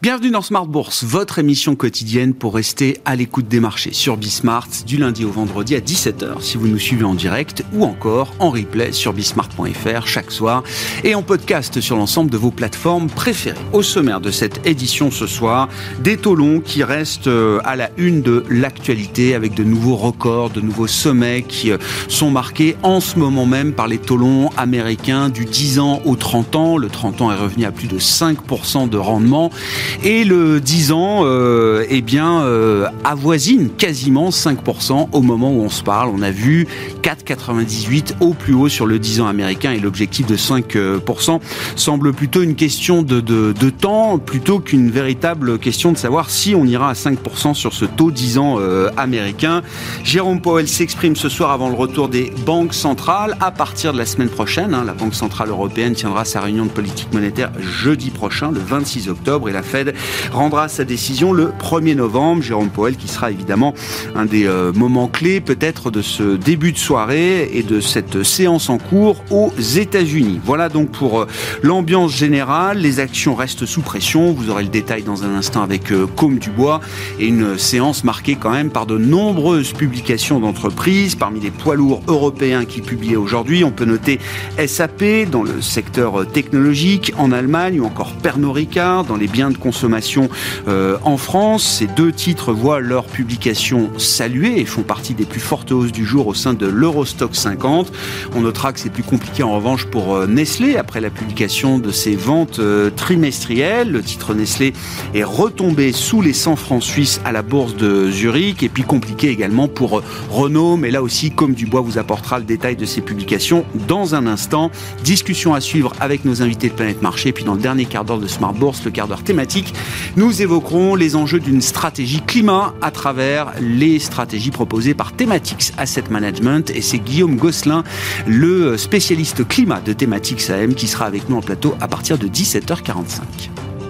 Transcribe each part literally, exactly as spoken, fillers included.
Bienvenue dans Smart Bourse, votre émission quotidienne pour rester à l'écoute des marchés sur Bismart du lundi au vendredi à dix-sept heures si vous nous suivez en direct ou encore en replay sur bismart point f r chaque soir et en podcast sur l'ensemble de vos plateformes préférées. Au sommaire de cette édition ce soir, des taux longs qui restent à la une de l'actualité avec de nouveaux records, de nouveaux sommets qui sont marqués en ce moment même par les taux longs américains du dix ans au trente ans. Le trente ans est revenu à plus de cinq pour cent de rendement. Et le dix ans, euh, eh bien, euh, avoisine quasiment cinq pour cent au moment où on se parle. On a vu quatre virgule quatre-vingt-dix-huit au plus haut sur le dix ans américain et l'objectif de cinq pour cent semble plutôt une question de, de, de temps plutôt qu'une véritable question de savoir si on ira à cinq pour cent sur ce taux dix ans euh, américain. Jérôme Powell s'exprime ce soir avant le retour des banques centrales. À partir de la semaine prochaine, hein, la Banque centrale européenne tiendra sa réunion de politique monétaire jeudi prochain, le vingt-six octobre, et la Fed rendra sa décision le premier novembre. Jérôme Powell qui sera évidemment un des euh, moments clés peut-être de ce début de soirée et de cette séance en cours aux États-Unis. Voilà donc pour euh, l'ambiance générale. Les actions restent sous pression. Vous aurez le détail dans un instant avec euh, Côme Dubois et une séance marquée quand même par de nombreuses publications d'entreprises. Parmi les poids lourds européens qui publiaient aujourd'hui, on peut noter S A P dans le secteur technologique en Allemagne ou encore Pernod Ricard dans les biens de consommation euh, en France. Ces deux titres voient leur publication saluée et font partie des plus fortes hausses du jour au sein de l'Eurostock cinquante. On notera que c'est plus compliqué en revanche pour euh, Nestlé après la publication de ses ventes euh, trimestrielles. Le titre Nestlé est retombé sous les cent francs suisses à la bourse de Zurich et puis compliqué également pour euh, Renault, mais là aussi Côme Dubois vous apportera le détail de ces publications dans un instant. Discussion à suivre avec nos invités de Planète Marché. Et puis dans le dernier quart d'heure de Smart Bourse, le quart d'heure thématique, nous évoquerons les enjeux d'une stratégie climat à travers les stratégies proposées par Thematics Asset Management. Et c'est Guillaume Gosselin, le spécialiste climat de Thematics A M, qui sera avec nous en plateau à partir de dix-sept heures quarante-cinq.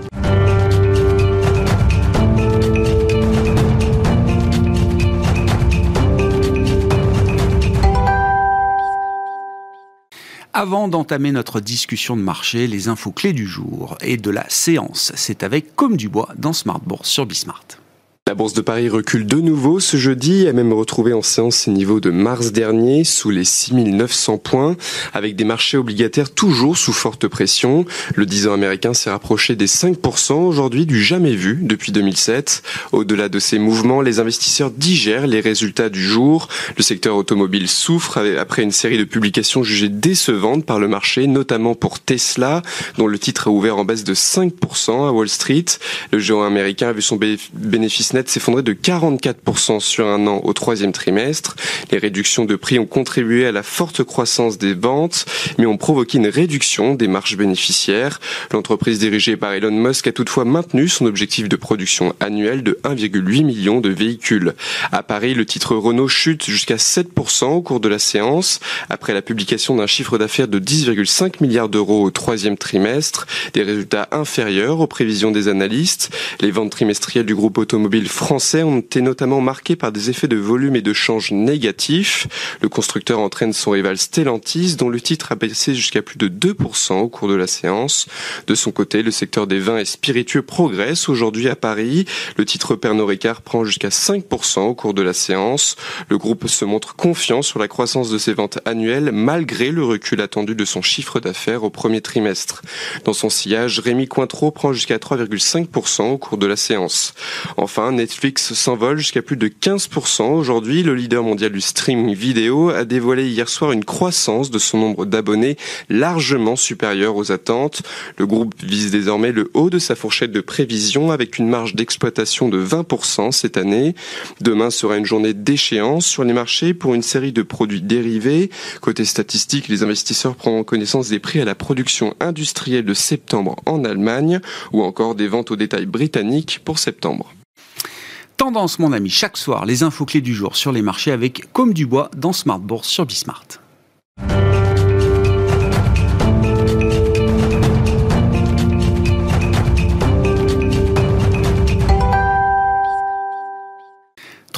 Avant d'entamer notre discussion de marché, les infos clés du jour et de la séance, c'est avec Côme Dubois dans Smart Bourse sur Bismart. La bourse de Paris recule de nouveau ce jeudi, a même retrouvé en séance ses niveaux de mars dernier, sous les six mille neuf cents points, avec des marchés obligataires toujours sous forte pression. Le dix ans américain s'est rapproché des cinq pour cent aujourd'hui, du jamais vu depuis deux mille sept. Au-delà de ces mouvements, les investisseurs digèrent les résultats du jour. Le secteur automobile souffre après une série de publications jugées décevantes par le marché, notamment pour Tesla, dont le titre a ouvert en baisse de cinq pour cent à Wall Street. Le géant américain a vu son bénéfice net s'effondrer de quarante-quatre pour cent sur un an au troisième trimestre. Les réductions de prix ont contribué à la forte croissance des ventes, mais ont provoqué une réduction des marges bénéficiaires. L'entreprise dirigée par Elon Musk a toutefois maintenu son objectif de production annuelle de un virgule huit million de véhicules. À Paris, le titre Renault chute jusqu'à sept pour cent au cours de la séance, après la publication d'un chiffre d'affaires de dix virgule cinq milliards d'euros au troisième trimestre, des résultats inférieurs aux prévisions des analystes. Les ventes trimestrielles du groupe automobile français ont été notamment marqués par des effets de volume et de change négatifs. Le constructeur entraîne son rival Stellantis, dont le titre a baissé jusqu'à plus de deux pour cent au cours de la séance. De son côté, le secteur des vins et spiritueux progresse aujourd'hui à Paris. Le titre Pernod Ricard prend jusqu'à cinq pour cent au cours de la séance. Le groupe se montre confiant sur la croissance de ses ventes annuelles, malgré le recul attendu de son chiffre d'affaires au premier trimestre. Dans son sillage, Rémy Cointreau prend jusqu'à trois virgule cinq pour cent au cours de la séance. Enfin, Netflix s'envole jusqu'à plus de quinze pour cent. Aujourd'hui, le leader mondial du streaming vidéo a dévoilé hier soir une croissance de son nombre d'abonnés largement supérieure aux attentes. Le groupe vise désormais le haut de sa fourchette de prévision avec une marge d'exploitation de vingt pour cent cette année. Demain sera une journée d'échéance sur les marchés pour une série de produits dérivés. Côté statistique, les investisseurs prendront connaissance des prix à la production industrielle de septembre en Allemagne ou encore des ventes au détail britanniques pour septembre. Tendance, mon ami, chaque soir, les infos clés du jour sur les marchés avec Côme Dubois dans Smart Bourse sur Bismart.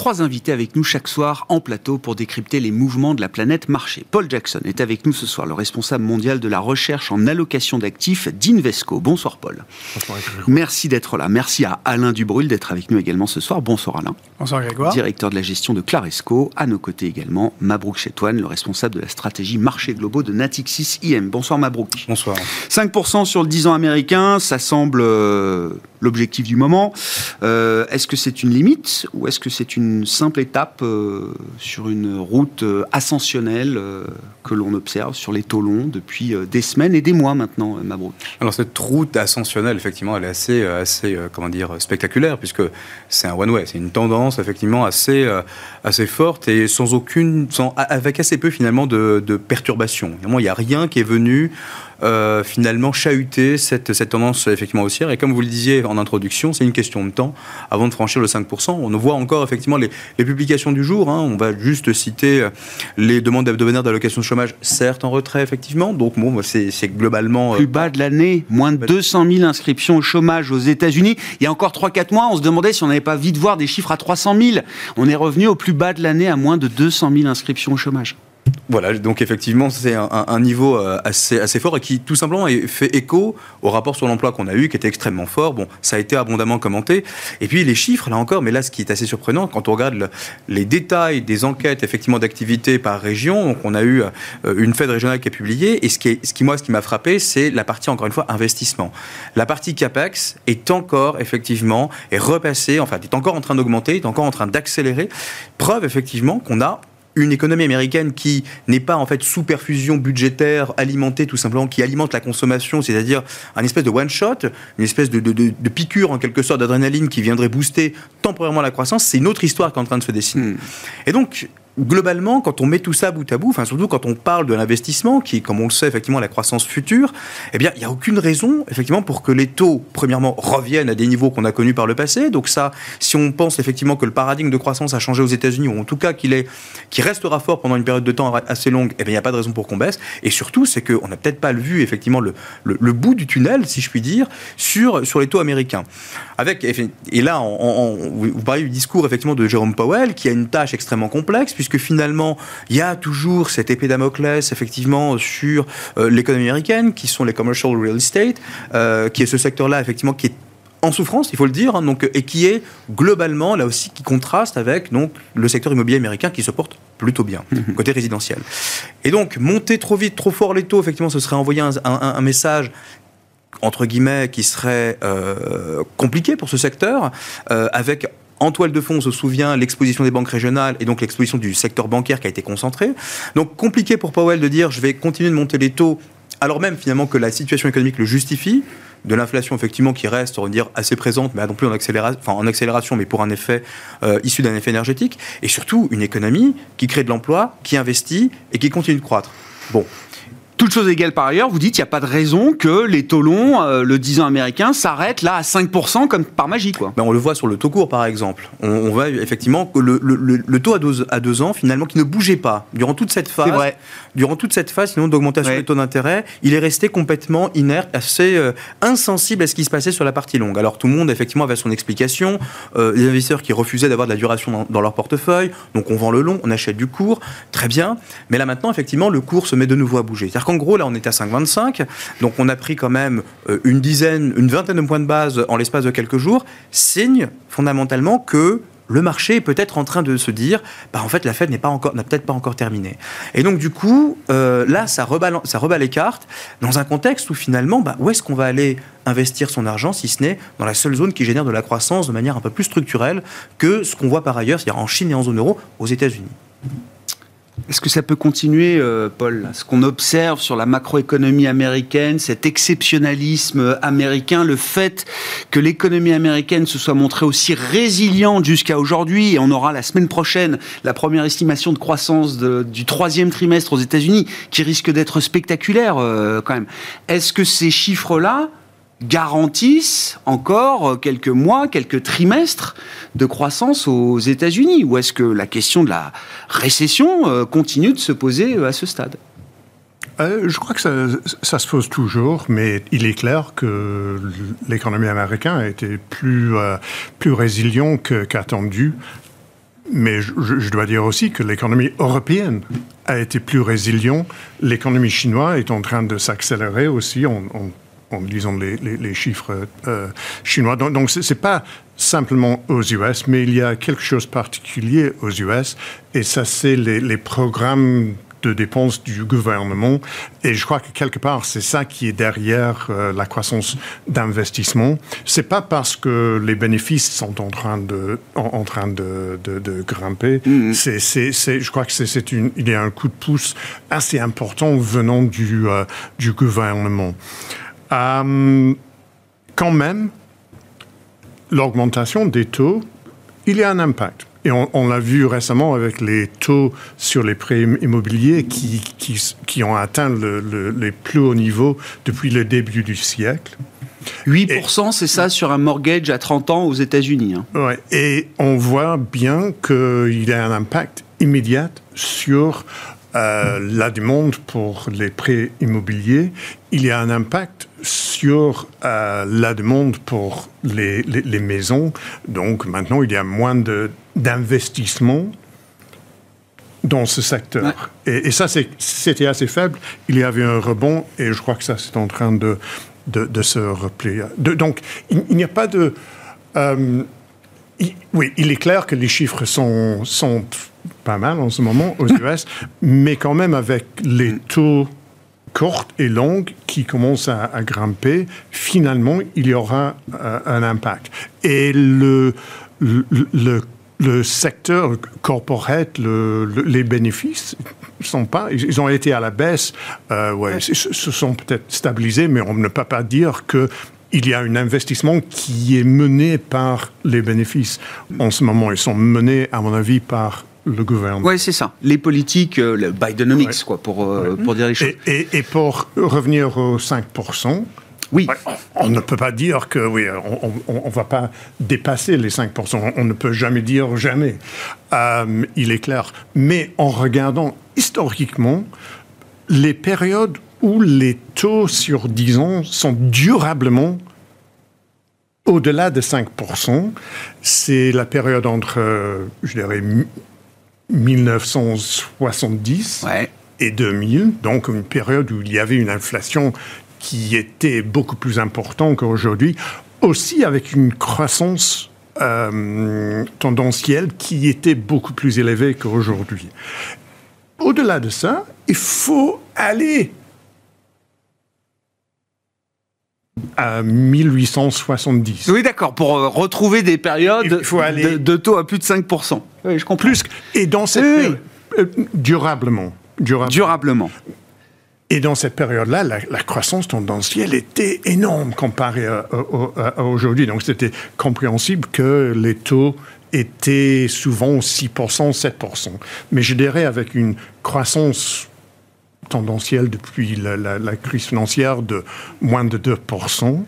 trois invités avec nous chaque soir en plateau pour décrypter les mouvements de la planète marché. Paul Jackson est avec nous ce soir, le responsable mondial de la recherche en allocation d'actifs d'Invesco. Bonsoir Paul. Bonsoir. Merci d'être là. Merci à Alain Dubrul d'être avec nous également ce soir. Bonsoir Alain. Bonsoir Grégoire. Directeur de la gestion de Claresco. À nos côtés également, Mabrouk Chetouane, le responsable de la stratégie marchés globaux de Natixis I M. Bonsoir Mabrouk. Bonsoir. cinq pour cent sur le dix ans américain, ça semble euh, l'objectif du moment. Euh, est-ce que c'est une limite ou est-ce que c'est une simple étape euh, sur une route euh, ascensionnelle euh, que l'on observe sur les taux longs depuis euh, des semaines et des mois maintenant, Mabrouk? Alors cette route ascensionnelle, effectivement, elle est assez, assez euh, comment dire, spectaculaire puisque c'est un one-way, c'est une tendance effectivement assez, euh, assez forte et sans aucune, sans, avec assez peu finalement de, de perturbations. Évidemment, il n'y a rien qui est venu Euh, finalement chahuter cette, cette tendance effectivement haussière. Et comme vous le disiez en introduction, c'est une question de temps avant de franchir le cinq pour cent. On voit encore effectivement les, les publications du jour. Hein. On va juste citer les demandes hebdomadaires d'allocation de chômage, certes en retrait effectivement. Donc bon, c'est, c'est globalement... Plus bas de l'année, moins de deux cent mille inscriptions au chômage aux États-Unis. Il y a encore trois quatre mois, on se demandait si on n'avait pas vite voir des chiffres à trois cent mille. On est revenu au plus bas de l'année à moins de deux cent mille inscriptions au chômage. Voilà, donc effectivement, c'est un, un niveau assez, assez fort et qui, tout simplement, fait écho au rapport sur l'emploi qu'on a eu, qui était extrêmement fort. Bon, ça a été abondamment commenté. Et puis, les chiffres, là encore, mais là, ce qui est assez surprenant, quand on regarde le, les détails des enquêtes, effectivement, d'activité par région, donc on a eu une Fed régionale qui a publié, et ce qui, est, ce qui moi, ce qui m'a frappé, c'est la partie, encore une fois, investissement. La partie CAPEX est encore, effectivement, est repassée, enfin, est encore en train d'augmenter, est encore en train d'accélérer. Preuve, effectivement, qu'on a une économie américaine qui n'est pas en fait sous perfusion budgétaire alimentée tout simplement, qui alimente la consommation, c'est-à-dire un espèce de one-shot, une espèce de, de, de, de piqûre en quelque sorte d'adrénaline qui viendrait booster temporairement la croissance, c'est une autre histoire qui est en train de se dessiner. Mmh. Et donc, globalement, quand on met tout ça bout à bout, enfin surtout quand on parle de l'investissement, qui est, comme on le sait, effectivement, la croissance future, eh bien, il n'y a aucune raison, effectivement, pour que les taux, premièrement, reviennent à des niveaux qu'on a connus par le passé. Donc ça, si on pense effectivement que le paradigme de croissance a changé aux États-Unis, ou en tout cas qu'il est, qu'il restera fort pendant une période de temps assez longue, eh bien, il n'y a pas de raison pour qu'on baisse. Et surtout, c'est qu'on n'a peut-être pas vu, effectivement, le, le, le bout du tunnel, si je puis dire, sur, sur les taux américains. Avec, et là, on, on, vous parlez du discours, effectivement, de Jérôme Powell, qui a une tâche extrêmement complexe, puisque que finalement, il y a toujours cette épée Damoclès, effectivement, sur euh, l'économie américaine, qui sont les commercial real estate, euh, qui est ce secteur-là, effectivement, qui est en souffrance, il faut le dire, hein, donc, et qui est globalement, là aussi, qui contraste avec donc, le secteur immobilier américain qui se porte plutôt bien, mmh. côté résidentiel. Et donc, monter trop vite, trop fort les taux, effectivement, ce serait envoyer un, un, un message entre guillemets, qui serait euh, compliqué pour ce secteur, euh, avec... En toile de fond, on se souvient, l'exposition des banques régionales et donc l'exposition du secteur bancaire qui a été concentrée. Donc, compliqué pour Powell de dire « je vais continuer de monter les taux » alors même finalement que la situation économique le justifie, de l'inflation effectivement qui reste, on va dire, assez présente, mais non plus en, accéléra- enfin, en accélération, mais pour un effet euh, issu d'un effet énergétique, et surtout une économie qui crée de l'emploi, qui investit et qui continue de croître. Bon. Toute chose égale par ailleurs, vous dites qu'il n'y a pas de raison que les taux longs, euh, le dix ans américain, s'arrêtent là à cinq pour cent comme par magie, quoi. Ben on le voit sur le taux court, par exemple. On, on voit effectivement que le, le, le taux à deux, à deux ans, finalement, qui ne bougeait pas durant toute cette phase, C'est vrai. durant toute cette phase, sinon d'augmentation ouais. des taux d'intérêt, il est resté complètement inerte, assez euh, insensible à ce qui se passait sur la partie longue. Alors tout le monde, effectivement, avait son explication. Euh, les investisseurs qui refusaient d'avoir de la duration dans, dans leur portefeuille, donc on vend le long, on achète du court, très bien. Mais là maintenant, effectivement, le court se met de nouveau à bouger. C'est-à-dire qu'en gros, là, on est à cinq virgule vingt-cinq, donc on a pris quand même une dizaine, une vingtaine de points de base en l'espace de quelques jours, signe fondamentalement que le marché est peut-être en train de se dire, bah en fait la Fed n'est pas encore, n'a peut-être pas encore terminé. Et donc du coup, euh, là, ça rebat, ça rebat les cartes dans un contexte où finalement, bah, où est-ce qu'on va aller investir son argent, si ce n'est dans la seule zone qui génère de la croissance de manière un peu plus structurelle que ce qu'on voit par ailleurs, c'est-à-dire en Chine et en zone euro, aux États-Unis. Est-ce que ça peut continuer, euh, Paul, ce qu'on observe sur la macroéconomie américaine, cet exceptionnalisme américain, le fait que l'économie américaine se soit montrée aussi résiliente jusqu'à aujourd'hui, et on aura la semaine prochaine la première estimation de croissance de, du troisième trimestre aux États-Unis, qui risque d'être spectaculaire euh, quand même. Est-ce que ces chiffres-là garantissent encore quelques mois, quelques trimestres de croissance aux États-Unis? Ou est-ce que la question de la récession euh, continue de se poser euh, à ce stade? Euh, je crois que ça, ça se pose toujours, mais il est clair que l'économie américaine a été plus, euh, plus résiliente que, qu'attendu. Mais je, je dois dire aussi que l'économie européenne a été plus résiliente. L'économie chinoise est en train de s'accélérer aussi en, en, en lisant les, les, les chiffres euh, chinois. Donc, donc ce n'est pas simplement aux U S, mais il y a quelque chose de particulier aux U S, et ça, c'est les, les programmes de dépenses du gouvernement. Et je crois que quelque part, c'est ça qui est derrière euh, la croissance d'investissement. C'est pas parce que les bénéfices sont en train de, en, en train de, de, de grimper. Mmh. C'est, c'est, c'est, je crois que c'est, c'est une, il y a un coup de pouce assez important venant du, euh, du gouvernement. Euh, quand même, l'augmentation des taux, il y a un impact. Et on, on l'a vu récemment avec les taux sur les prêts immobiliers qui, qui, qui ont atteint le, le, les plus hauts niveaux depuis le début du siècle. huit pour cent, et, c'est ça, sur un mortgage à trente ans aux États-Unis. Hein. Ouais, et on voit bien qu'il y a un impact immédiat sur euh, la demande pour les prêts immobiliers. Il y a un impact sur euh, la demande pour les, les, les maisons. Donc maintenant, il y a moins de, d'investissement dans ce secteur. Ouais. Et, et ça, c'est, c'était assez faible. Il y avait un rebond et je crois que ça, c'est en train de, de, de se replier. De, donc, il, il n'y a pas de... Euh, il, oui, il est clair que les chiffres sont, sont pas mal en ce moment aux U S, mais quand même avec les taux courtes et longues qui commencent à, à grimper, finalement, il y aura euh, un impact. Et le, le, le, le secteur corporate, le, le, les bénéfices, sont pas, ils ont été à la baisse, euh, ouais, se sont peut-être stabilisés, mais on ne peut pas dire que il y a un investissement qui est mené par les bénéfices. En ce moment, ils sont menés, à mon avis, par le gouvernement. Oui, c'est ça. Les politiques, euh, le Bidenomics, ouais. quoi, pour, euh, ouais. pour dire les choses. Et, et, et pour revenir aux cinq pour cent, oui. on, on ne peut pas dire que, oui, on ne va pas dépasser les cinq pour cent. On, on ne peut jamais dire jamais. Euh, il est clair. Mais en regardant historiquement, les périodes où les taux sur dix ans sont durablement au-delà de cinq pour cent, c'est la période entre, je dirais, mille neuf cent soixante-dix ouais. et deux mille, donc une période où il y avait une inflation qui était beaucoup plus importante qu'aujourd'hui, aussi avec une croissance euh, tendancielle qui était beaucoup plus élevée qu'aujourd'hui. Au-delà de ça, il faut aller à mille huit cent soixante-dix. Oui, d'accord, pour euh, retrouver des périodes de, de taux à plus de cinq pour cent. Oui, je comprends. Plus, et dans cette oui. période, euh, durablement, durablement. Durablement. Et dans cette période-là, la, la croissance tendancielle était énorme comparée à, à, à aujourd'hui. Donc, c'était compréhensible que les taux étaient souvent six pour cent, sept pour cent. Mais je dirais avec une croissance tendancielle depuis la, la, la crise financière de moins de deux pour cent,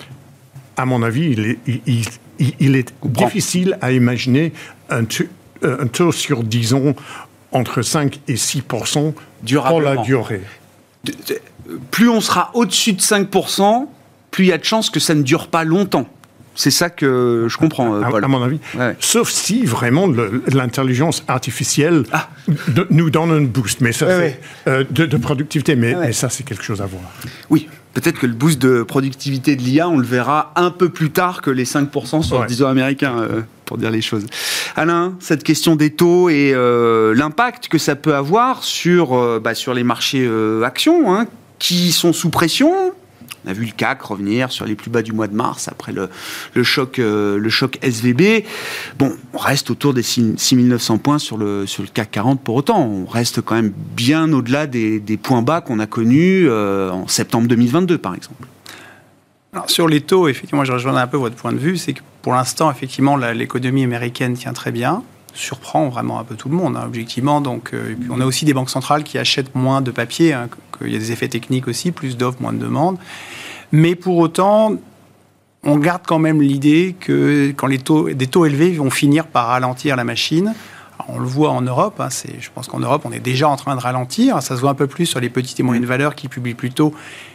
à mon avis, il est, il, il, il est difficile à imaginer un, tu, un taux sur, disons, entre cinq et six pour cent pour la durée. De, de, plus on sera au-dessus de cinq pour cent, plus il y a de chances que ça ne dure pas longtemps. C'est ça que je comprends, à, Paul. À mon avis. Ouais. Sauf si vraiment le, l'intelligence artificielle ah. de, nous donne un boost, mais ça, ouais, c'est, ouais. Euh, de, de productivité. Mais, ouais. mais ça, c'est quelque chose à voir. Oui, peut-être que le boost de productivité de l'I A, on le verra un peu plus tard que les cinq pour cent sur ouais. dix ans américains, euh, pour dire les choses. Alain, cette question des taux et euh, l'impact que ça peut avoir sur, euh, bah, sur les marchés euh, actions, hein, qui sont sous pression. On a vu le C A C revenir sur les plus bas du mois de mars après le, le, choc, euh, le choc S V B. Bon, on reste autour des six mille neuf cents points sur le, sur le C A C quarante pour autant. On reste quand même bien au-delà des, des points bas qu'on a connus euh, en septembre deux mille vingt-deux, par exemple. Alors, sur les taux, effectivement, je rejoins un peu votre point de vue. C'est que pour l'instant, effectivement, la, l'économie américaine tient très bien. Surprend vraiment un peu tout le monde, hein, objectivement. Donc, euh, et puis on a aussi des banques centrales qui achètent moins de papier, hein, qu'il y a des effets techniques aussi, plus d'offres, moins de demandes. Mais pour autant, on garde quand même l'idée que quand les taux, des taux élevés vont finir par ralentir la machine. Alors, on le voit en Europe, hein, c'est, je pense qu'en Europe, on est déjà en train de ralentir. Ça se voit un peu plus sur les petites et moyennes valeurs qui publient plus tôt.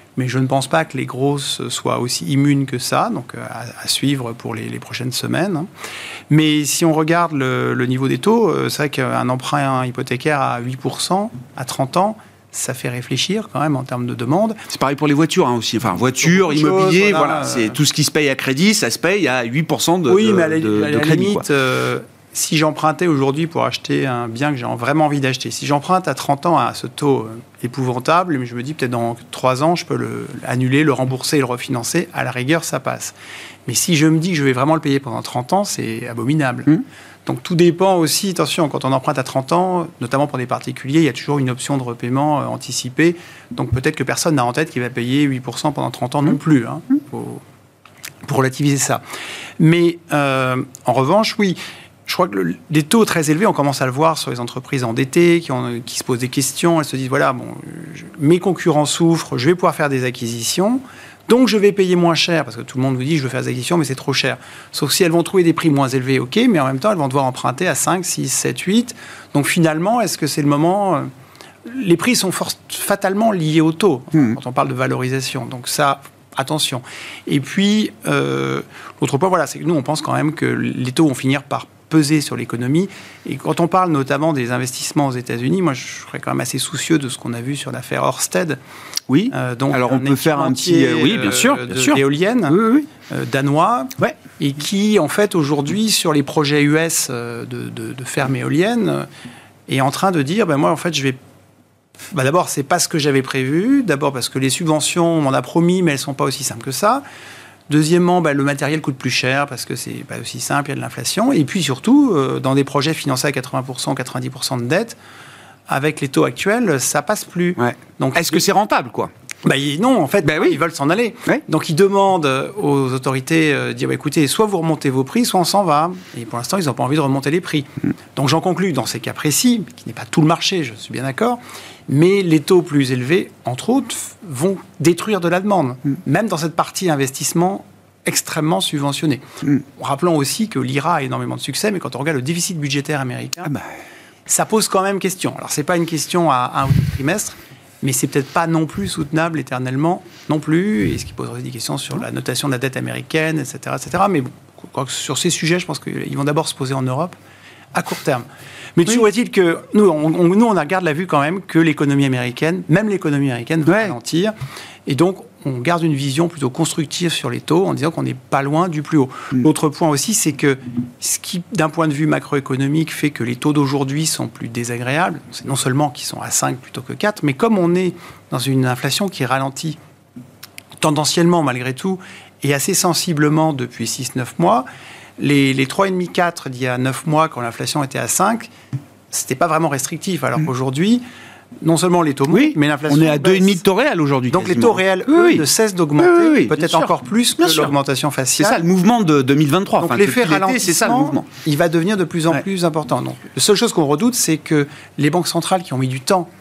Mais je ne pense pas que les grosses soient aussi immunes que ça, donc à, à suivre pour les, les prochaines semaines. Mais si on regarde le, le niveau des taux, c'est vrai qu'un emprunt hypothécaire à huit pour cent à trente ans, ça fait réfléchir quand même en termes de demande. C'est pareil pour les voitures hein, aussi. Enfin, voitures, immobilier, voilà. voilà c'est tout ce qui se paye à crédit, ça se paye à huit pour cent de, oui, de, mais à la, de, à la de crédit. Limite, euh, si j'empruntais aujourd'hui pour acheter un bien que j'ai vraiment envie d'acheter, si j'emprunte à trente ans à ce taux épouvantable, mais je me dis peut-être dans trois ans, je peux le, l'annuler, le rembourser et le refinancer, à la rigueur, ça passe. Mais si je me dis que je vais vraiment le payer pendant trente ans, c'est abominable. Mmh. Donc tout dépend aussi, attention, quand on emprunte à trente ans, notamment pour des particuliers, il y a toujours une option de repaiement euh, anticipée. Donc peut-être que personne n'a en tête qu'il va payer huit pour cent pendant trente ans non plus. Hein, pour, pour relativiser ça. Mais euh, en revanche, oui, je crois que le, les taux très élevés, on commence à le voir sur les entreprises endettées qui, ont, qui se posent des questions. Elles se disent, voilà, bon, je, mes concurrents souffrent, je vais pouvoir faire des acquisitions. Donc, je vais payer moins cher, parce que tout le monde vous dit, je veux faire des acquisitions, mais c'est trop cher. Sauf si elles vont trouver des prix moins élevés, ok, mais en même temps, elles vont devoir emprunter à cinq, six, sept, huit. Donc, finalement, est-ce que c'est le moment... Les prix sont for- fatalement liés au taux, mmh. quand on parle de valorisation. Donc, ça, attention. Et puis, euh, l'autre point, voilà, c'est que nous, on pense quand même que les taux vont finir par peser sur l'économie. Et quand on parle notamment des investissements aux États-Unis, moi, je serais quand même assez soucieux de ce qu'on a vu sur l'affaire Ørsted. Oui. Euh, donc alors on peut faire un petit, euh, oui, bien sûr, bien de sûr, éolienne oui, oui. Euh, danois, ouais. et qui en fait aujourd'hui sur les projets U S euh, de, de, de fermes éoliennes euh, est en train de dire, ben moi en fait je vais, bah, d'abord c'est pas ce que j'avais prévu, d'abord parce que les subventions on m'en a promis mais elles sont pas aussi simples que ça. Deuxièmement, bah, le matériel coûte plus cher parce que c'est pas aussi simple, il y a de l'inflation. Et puis surtout, euh, dans des projets financés à quatre-vingts pour cent, quatre-vingt-dix pour cent de dette, avec les taux actuels, ça passe plus. Ouais. Donc, est-ce que c'est rentable, quoi ? Bah, non, en fait, bah, oui. ils veulent s'en aller. Ouais. Donc, ils demandent aux autorités de dire, bah, écoutez, soit vous remontez vos prix, soit on s'en va. Et pour l'instant, ils n'ont pas envie de remonter les prix. Mmh. Donc, j'en conclus, dans ces cas précis, qui n'est pas tout le marché, je suis bien d'accord, mais les taux plus élevés, entre autres, vont détruire de la demande, mmh. même dans cette partie investissement extrêmement subventionnée. Mmh. Rappelons aussi que l'I R A a énormément de succès, mais quand on regarde le déficit budgétaire américain, ah bah... ça pose quand même question. Alors, ce n'est pas une question à un ou deux trimestres, mais c'est peut-être pas non plus soutenable éternellement non plus, et ce qui poserait des questions sur la notation de la dette américaine, et cetera, et cetera. Mais bon, sur ces sujets, je pense qu'ils vont d'abord se poser en Europe à court terme. Mais toujours oui. est-il que nous, on, on, nous, on garde la vue quand même que l'économie américaine, même l'économie américaine, va ouais. ralentir, et donc on garde une vision plutôt constructive sur les taux en disant qu'on n'est pas loin du plus haut. Mmh. L'autre point aussi, c'est que ce qui, d'un point de vue macroéconomique, fait que les taux d'aujourd'hui sont plus désagréables, c'est non seulement qu'ils sont à cinq plutôt que quatre, mais comme on est dans une inflation qui ralentit tendanciellement malgré tout, et assez sensiblement depuis six neuf mois, les, les trois virgule cinq quatre d'il y a neuf mois, quand l'inflation était à cinq, c'était pas vraiment restrictif, alors mmh. qu'aujourd'hui, non seulement les taux montent, oui, mais l'inflation on est à deux virgule cinq de taux réel aujourd'hui. Donc quasiment. les taux réels, oui, eux, oui. ne cessent d'augmenter, oui, oui, peut-être encore plus que sûr. l'augmentation faciale. C'est ça le mouvement de deux mille vingt-trois. Donc enfin, l'effet ralentissement, c'est ça le mouvement. Il va devenir de plus en ouais. plus important. Donc, la seule chose qu'on redoute, c'est que les banques centrales qui ont mis du temps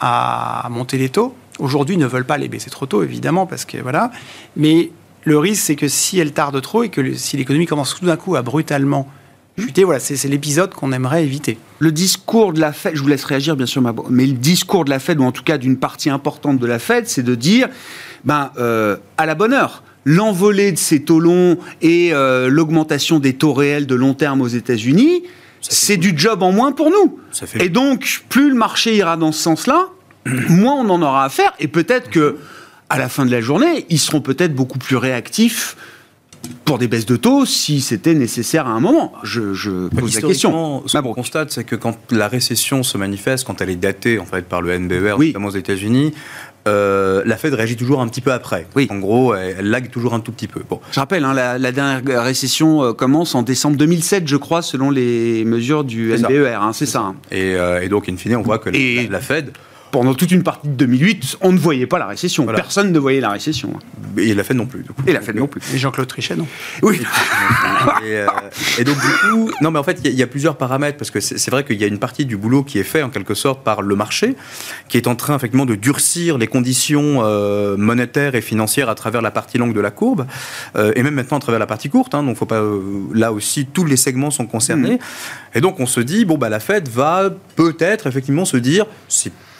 à monter les taux, aujourd'hui ne veulent pas les baisser trop tôt, évidemment, parce que voilà. Mais le risque, c'est que si elles tardent trop et que le, si l'économie commence tout d'un coup à brutalement chuter, voilà, c'est, c'est l'épisode qu'on aimerait éviter. Le discours de la Fed, je vous laisse réagir bien sûr, mais le discours de la Fed, ou en tout cas d'une partie importante de la Fed, c'est de dire, ben, euh, à la bonne heure, l'envolée de ces taux longs et euh, l'augmentation des taux réels de long terme aux États-Unis, c'est du job en moins pour nous. Ça fait... Et donc, plus le marché ira dans ce sens-là, moins on en aura à faire, et peut-être que à la fin de la journée, ils seront peut-être beaucoup plus réactifs pour des baisses de taux, si c'était nécessaire à un moment. Je, je pose la question. Ce qu'on constate, c'est que quand la récession se manifeste, quand elle est datée en fait, par le N B E R, oui. notamment aux États-Unis, euh, la Fed réagit toujours un petit peu après. Oui. En gros, elle, elle lague toujours un tout petit peu. Bon. Je rappelle, hein, la, la dernière récession euh, commence en décembre deux mille sept, je crois, selon les mesures du c'est N B E R. Hein, c'est, c'est ça. ça. Et, euh, et donc, in fine, on voit que et... la, la Fed... Pendant toute une partie de deux mille huit, on ne voyait pas la récession. Voilà. Personne ne voyait la récession. Et la Fed non plus. Du coup. Et la Fed non plus. Et Jean-Claude Trichet, non. Oui. et, euh, et donc, du coup, non, mais en fait, il y, y a plusieurs paramètres, parce que c'est, c'est vrai qu'il y a une partie du boulot qui est fait, en quelque sorte, par le marché, qui est en train, effectivement, de durcir les conditions euh, monétaires et financières à travers la partie longue de la courbe, euh, et même maintenant à travers la partie courte. Hein, donc, faut pas, euh, là aussi, tous les segments sont concernés. Mmh. Et donc, on se dit, bon, bah, la Fed va peut-être, effectivement, se dire, c'est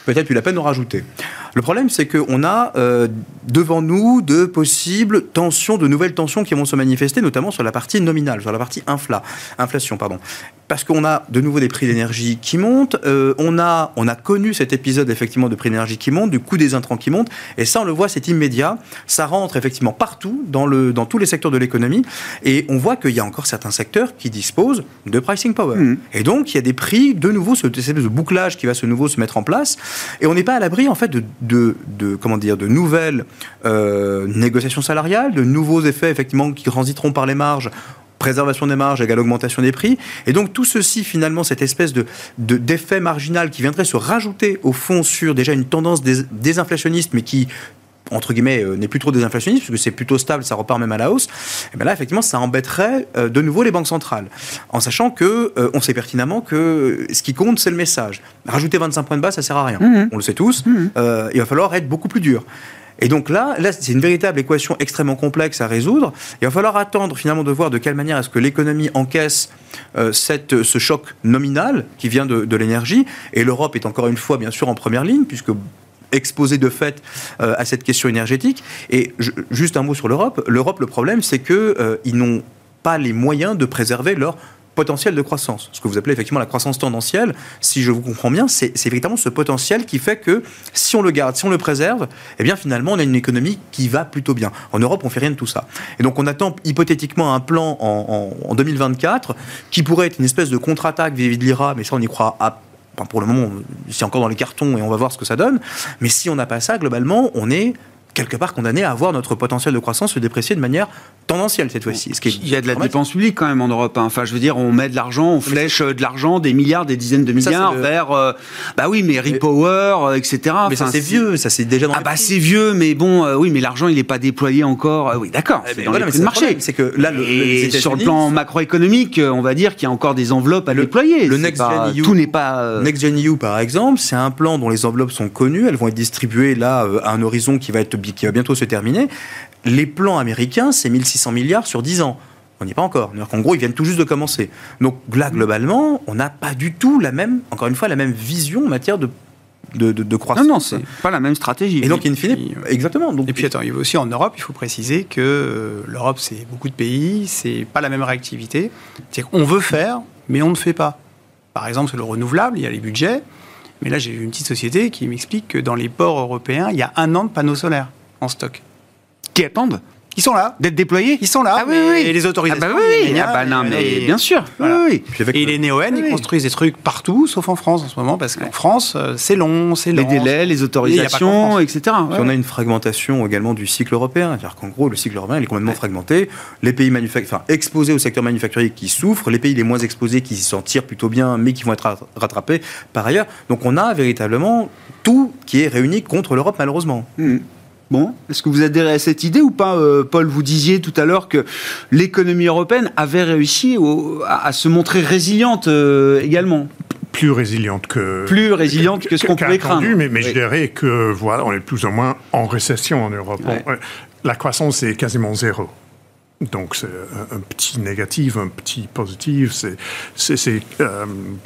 peut-être plus la peine d'en rajouter. Le problème, c'est qu'on a euh, devant nous de possibles tensions, de nouvelles tensions qui vont se manifester, notamment sur la partie nominale, sur la partie infla, inflation, pardon. Parce qu'on a de nouveau des prix d'énergie qui montent, euh, on, a, on a connu cet épisode effectivement de prix d'énergie qui montent, du coût des intrants qui montent, et ça on le voit, c'est immédiat, ça rentre effectivement partout, dans, le, dans tous les secteurs de l'économie, et on voit qu'il y a encore certains secteurs qui disposent de pricing power. Mmh. Et donc il y a des prix, de nouveau, ce espèce de bouclage qui va de nouveau se mettre en place, et on n'est pas à l'abri en fait de, de, de, comment dire, de nouvelles euh, négociations salariales, de nouveaux effets effectivement qui transiteront par les marges, préservation des marges égale augmentation des prix. Et donc tout ceci, finalement, cette espèce de, de, d'effet marginal qui viendrait se rajouter au fond sur déjà une tendance dés, désinflationniste, mais qui, entre guillemets, euh, n'est plus trop désinflationniste, puisque c'est plutôt stable, ça repart même à la hausse, et bien là, effectivement, ça embêterait euh, de nouveau les banques centrales. En sachant que, euh, on sait pertinemment que ce qui compte, c'est le message. Rajouter vingt-cinq points de base, ça sert à rien. Mmh. On le sait tous. Mmh. Euh, il va falloir être beaucoup plus dur. Et donc là, là, c'est une véritable équation extrêmement complexe à résoudre. Il va falloir attendre finalement de voir de quelle manière est-ce que l'économie encaisse euh, cette, ce choc nominal qui vient de, de l'énergie. Et l'Europe est encore une fois, bien sûr, en première ligne, puisque exposée de fait euh, à cette question énergétique. Et je, juste un mot sur l'Europe. L'Europe, le problème, c'est qu'ils euh, n'ont pas les moyens de préserver leur potentiel de croissance. Ce que vous appelez effectivement la croissance tendancielle, si je vous comprends bien, c'est, c'est véritablement ce potentiel qui fait que si on le garde, si on le préserve, eh bien finalement on a une économie qui va plutôt bien. En Europe, on fait rien de tout ça. Et donc on attend hypothétiquement un plan en, en, en deux mille vingt-quatre qui pourrait être une espèce de contre-attaque vis-à-vis de l'I R A, mais ça on y croit à Enfin, pour le moment, c'est encore dans les cartons et on va voir ce que ça donne. Mais si on n'a pas ça, globalement, on est quelque part condamné à avoir notre potentiel de croissance se déprécier de manière tendancielle cette fois-ci. Ce qui est Il y a de la dépense publique quand même en Europe. Hein. Enfin, je veux dire, on met de l'argent, on flèche de l'argent, des milliards, des dizaines de milliards ça, le... vers, euh, bah oui, mais Repower, euh, et cetera. Mais enfin, ça c'est, c'est vieux, ça c'est déjà dans ah les bah prix. C'est vieux, mais bon, euh, oui, mais l'argent il n'est pas déployé encore. Euh, oui, d'accord. Eh c'est mais dans voilà, les mais prix de marché. Problème, c'est que là, le, et sur le plan macroéconomique, on va dire qu'il y a encore des enveloppes à le, déployer. Le Next pas, Gen E U, tout n'est pas. Euh... Next Gen E U, par exemple, c'est un plan dont les enveloppes sont connues. Elles vont être distribuées là à un horizon qui va être qui va bientôt se terminer. Les plans américains, c'est mille six cents milliards sur dix ans. On n'y est pas encore. C'est-à-dire qu'en gros, ils viennent tout juste de commencer. Donc là, globalement, on n'a pas du tout la même, encore une fois, la même vision en matière de, de, de, de croissance. Non, non, c'est pas la même stratégie. Et donc, in fine, exactement. Donc, et puis, attends, il va aussi en Europe, il faut préciser que euh, l'Europe, c'est beaucoup de pays, c'est pas la même réactivité. C'est-à-dire qu'on veut faire, mais on ne fait pas. Par exemple, sur le renouvelable, il y a les budgets. Mais là, j'ai vu une petite société qui m'explique que dans les ports européens, il y a un an de panneaux solaires en stock. Qui attendent Ils sont là. D'être déployés Ils sont là. Ah oui, oui. Et les autorisations. Ah bah oui, oui. Ah bah non, mais bien sûr. Voilà. Oui, oui. Et les néo-N, oui. Ils construisent des trucs partout, sauf en France en ce moment, parce qu'en ouais. France, c'est long, c'est lent. Les délais, les autorisations, et cetera. Ouais. On a une fragmentation également du cycle européen. C'est-à-dire qu'en gros, le cycle européen, il est complètement ouais. fragmenté. Les pays manufact... enfin, exposés au secteur manufacturier qui souffrent, les pays les moins exposés qui s'en tirent plutôt bien, mais qui vont être rattrapés par ailleurs. Donc on a véritablement tout qui est réuni contre l'Europe, malheureusement. Mmh. Bon, est-ce que vous adhérez à cette idée ou pas, euh, Paul? Vous disiez tout à l'heure que l'économie européenne avait réussi au, à, à se montrer résiliente euh, également. Plus résiliente que... Plus résiliente que, que ce qu'on pouvait craindre. Mais, mais oui. Je dirais que, voilà, on est plus ou moins en récession en Europe. Ouais. On, la croissance est quasiment zéro. Donc, c'est un, un petit négatif, un petit positif. C'est, c'est, c'est euh,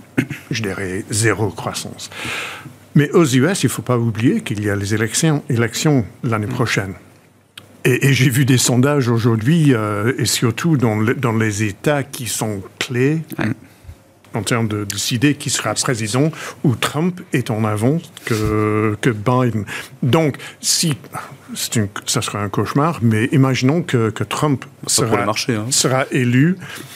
je dirais, zéro croissance. Mais aux U S, il ne faut pas oublier qu'il y a les élections, élections l'année prochaine. Et, et j'ai vu des sondages aujourd'hui, euh, et surtout dans, le, dans les États qui sont clés ouais. en termes de décider qui sera président, où Trump est en avance que, que Biden. Donc, si, c'est une, ça sera un cauchemar, mais imaginons que, que Trump sera, marché, hein. sera élu.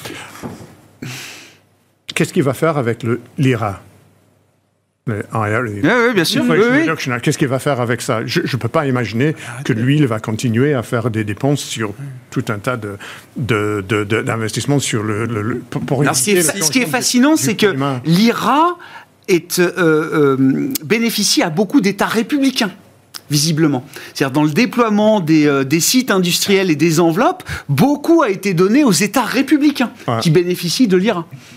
Qu'est-ce qu'il va faire avec le, l'I R A? Le I R A, oui, oui, bien sûr. Oui, oui. Qu'est-ce qu'il va faire avec ça? Je ne peux pas imaginer que lui, il va continuer à faire des dépenses sur tout un tas de, de, de, de, d'investissements sur le... le, le pour Alors, ce, qui est, ce qui est fascinant, c'est que l'I R A est, euh, euh, bénéficie à beaucoup d'États républicains. Visiblement. C'est-à-dire dans le déploiement des, euh, des sites industriels et des enveloppes, beaucoup a été donné aux États républicains ouais. qui bénéficient de l'I R A.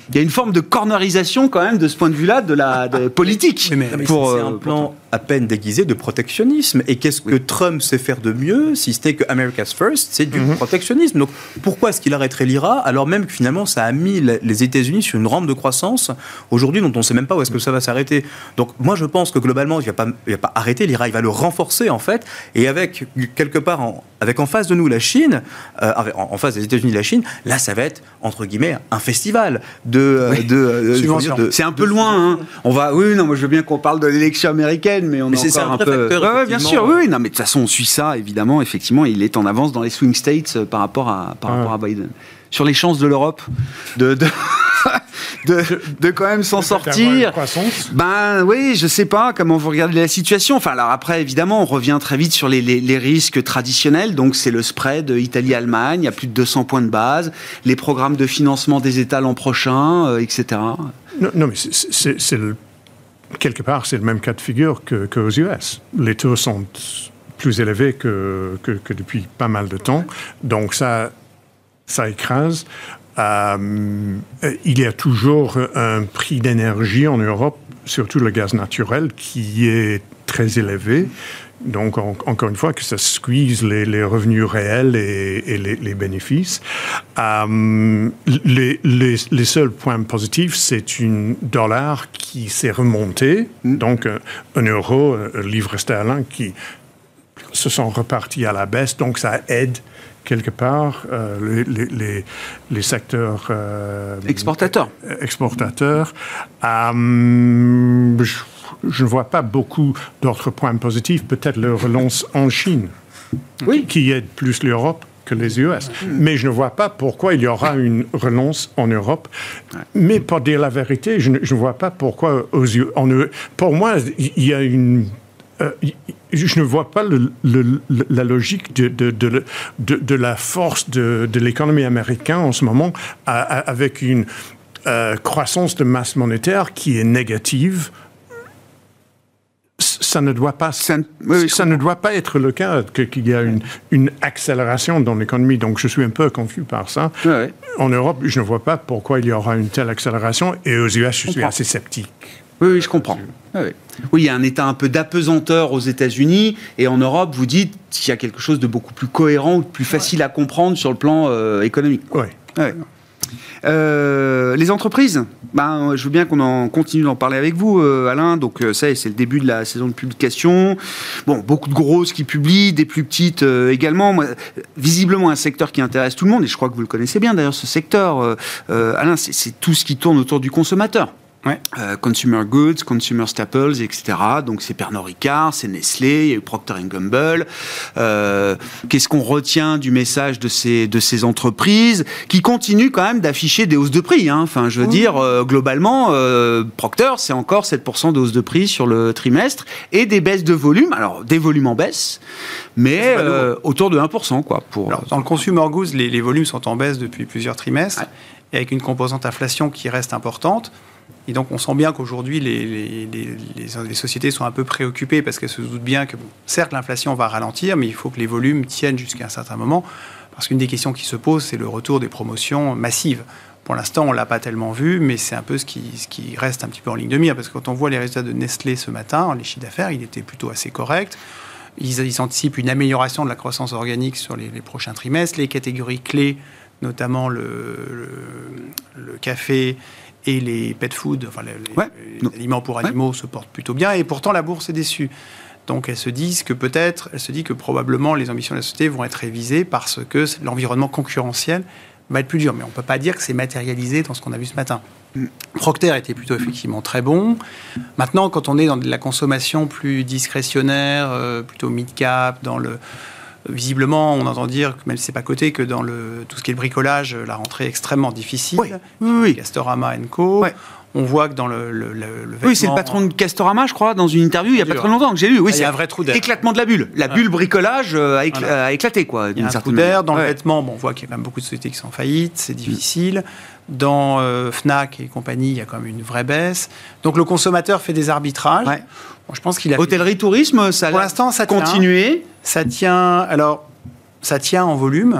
il y a une forme de cornerisation quand même de ce point de vue-là de la de politique. Oui, mais, mais pour, c'est un plan à peine déguisé de protectionnisme. Et qu'est-ce que oui. Trump sait faire de mieux, si ce n'est que America's First, c'est du mm-hmm. protectionnisme. Donc pourquoi est-ce qu'il arrêterait l'I R A alors même que finalement ça a mis les États-Unis sur une rampe de croissance aujourd'hui dont on ne sait même pas où est-ce que ça va s'arrêter. Donc moi je pense que globalement il ne va pas, il va pas arrêter l'I R A, il va le renforcer en fait. Et avec quelque part, en, avec en face de nous la Chine, euh, en, en face des États-Unis et la Chine, là ça va être entre guillemets un festival de, oui. de, de, de, de c'est un peu de, loin. Hein. On va, oui, non, moi je veux bien qu'on parle de l'élection américaine, mais on mais est c'est encore un, un peu. Facteur, ouais, ouais, bien sûr, oui, non, mais de toute façon on suit ça évidemment. Effectivement, il est en avance dans les swing states euh, par rapport à par ah. rapport à Biden. Sur les chances de l'Europe de, de, de, de quand même s'en sortir. Ben oui, je sais pas comment vous regardez la situation. Enfin, alors après, évidemment, on revient très vite sur les, les, les risques traditionnels. Donc, c'est le spread Italie-Allemagne, il y a plus de deux cents points de base, les programmes de financement des États l'an prochain, euh, et cetera. Non, non mais c'est, c'est, c'est le, quelque part, c'est le même cas de figure que, qu'aux U S. Les taux sont plus élevés que, que, que depuis pas mal de temps. Donc, ça... ça écrase. Euh, il y a toujours un prix d'énergie en Europe, surtout le gaz naturel, qui est très élevé. Donc, en, encore une fois, que ça squeeze les, les revenus réels et, et les, les bénéfices. Euh, les, les, les seuls points positifs, c'est une dollar qui s'est remonté. Donc, un, un euro, un livre sterling qui se sont repartis à la baisse. Donc, ça aide quelque part, euh, les, les, les secteurs... Euh, exportateurs. Exportateurs. Euh, je, je ne vois pas beaucoup d'autres points positifs. Peut-être la relance en Chine, oui. qui aide plus l'Europe que les U S. Mmh. Mais je ne vois pas pourquoi il y aura une relance en Europe. Ouais. Mais pour dire la vérité, je ne, je ne vois pas pourquoi... Aux, en, pour moi, il y a une... Euh, je ne vois pas le, le, la logique de, de, de, de, de la force de, de l'économie américaine en ce moment, à, à, avec une euh, croissance de masse monétaire qui est négative. Ça ne doit pas, ça, oui, ça ne doit pas être le cas, que, qu'il y a une, une accélération dans l'économie. Donc, je suis un peu confus par ça. Ouais. En Europe, je ne vois pas pourquoi il y aura une telle accélération. Et aux U S, je suis assez sceptique. Oui, oui, je comprends. Oui, oui. oui, il y a un état un peu d'apesanteur aux États-Unis, et en Europe, vous dites qu'il y a quelque chose de beaucoup plus cohérent ou de plus facile à comprendre sur le plan euh, économique. Oui. oui. Euh, les entreprises, ben, je veux bien qu'on en continue d'en parler avec vous, euh, Alain. Donc, euh, ça, c'est le début de la saison de publication. Bon, beaucoup de grosses qui publient, des plus petites euh, également. Moi, visiblement, un secteur qui intéresse tout le monde, et je crois que vous le connaissez bien d'ailleurs, ce secteur, euh, euh, Alain, c'est, c'est tout ce qui tourne autour du consommateur. Ouais. Euh, consumer goods, consumer staples, et cetera. Donc c'est Pernod Ricard, c'est Nestlé, il y a eu Procter and Gamble. Euh, qu'est-ce qu'on retient du message de ces de ces entreprises qui continuent quand même d'afficher des hausses de prix, hein. Enfin, je veux mmh. dire euh, globalement, euh, Procter, c'est encore sept pour cent de hausse de prix sur le trimestre et des baisses de volume. Alors des volumes en baisse, mais euh, autour de un pour cent quoi. Pour Alors, dans le consumer goods, les, les volumes sont en baisse depuis plusieurs trimestres, ouais. et avec une composante inflation qui reste importante. Et donc, on sent bien qu'aujourd'hui, les, les, les, les sociétés sont un peu préoccupées parce qu'elles se doutent bien que, bon, certes, l'inflation va ralentir, mais il faut que les volumes tiennent jusqu'à un certain moment. Parce qu'une des questions qui se pose, c'est le retour des promotions massives. Pour l'instant, on ne l'a pas tellement vu, mais c'est un peu ce qui, ce qui reste un petit peu en ligne de mire. Parce que quand on voit les résultats de Nestlé ce matin, les chiffres d'affaires, il était plutôt assez correct. Ils, ils anticipent une amélioration de la croissance organique sur les, les prochains trimestres. Les catégories clés, notamment le, le, le café et les pet food, enfin les, ouais. les aliments pour animaux, ouais. se portent plutôt bien. Et pourtant, la bourse est déçue. Donc, elles se disent que peut-être, elles se disent que probablement les ambitions de la société vont être révisées parce que l'environnement concurrentiel va être plus dur. Mais on ne peut pas dire que c'est matérialisé dans ce qu'on a vu ce matin. Mm. Procter était plutôt effectivement très bon. Maintenant, quand on est dans de la consommation plus discrétionnaire, euh, plutôt mid-cap, dans le... Visiblement, on entend dire, même si c'est pas coté, que dans le, tout ce qui est le bricolage, la rentrée est extrêmement difficile. Oui, oui, oui. Castorama and Co. Ouais. On voit que dans le, le, le, le vêtement... Oui, c'est le patron de Castorama, je crois, dans une interview il n'y a pas très longtemps que j'ai lu. Oui, ah, c'est il y a un vrai trou d'air. Éclatement de la bulle. La bulle bricolage a, écl- voilà. a éclaté, quoi. Il y a un trou d'air. Dans ouais. le vêtement, bon, on voit qu'il y a quand même beaucoup de sociétés qui sont en faillite, c'est difficile. Dans euh, Fnac et compagnie, il y a quand même une vraie baisse. Donc le consommateur fait des arbitrages. Ouais. Bon, je pense qu'il a Hôtellerie, fait... tourisme, ça pour l'instant, ça tient. Continuer. Ça tient. Alors, ça tient en volume.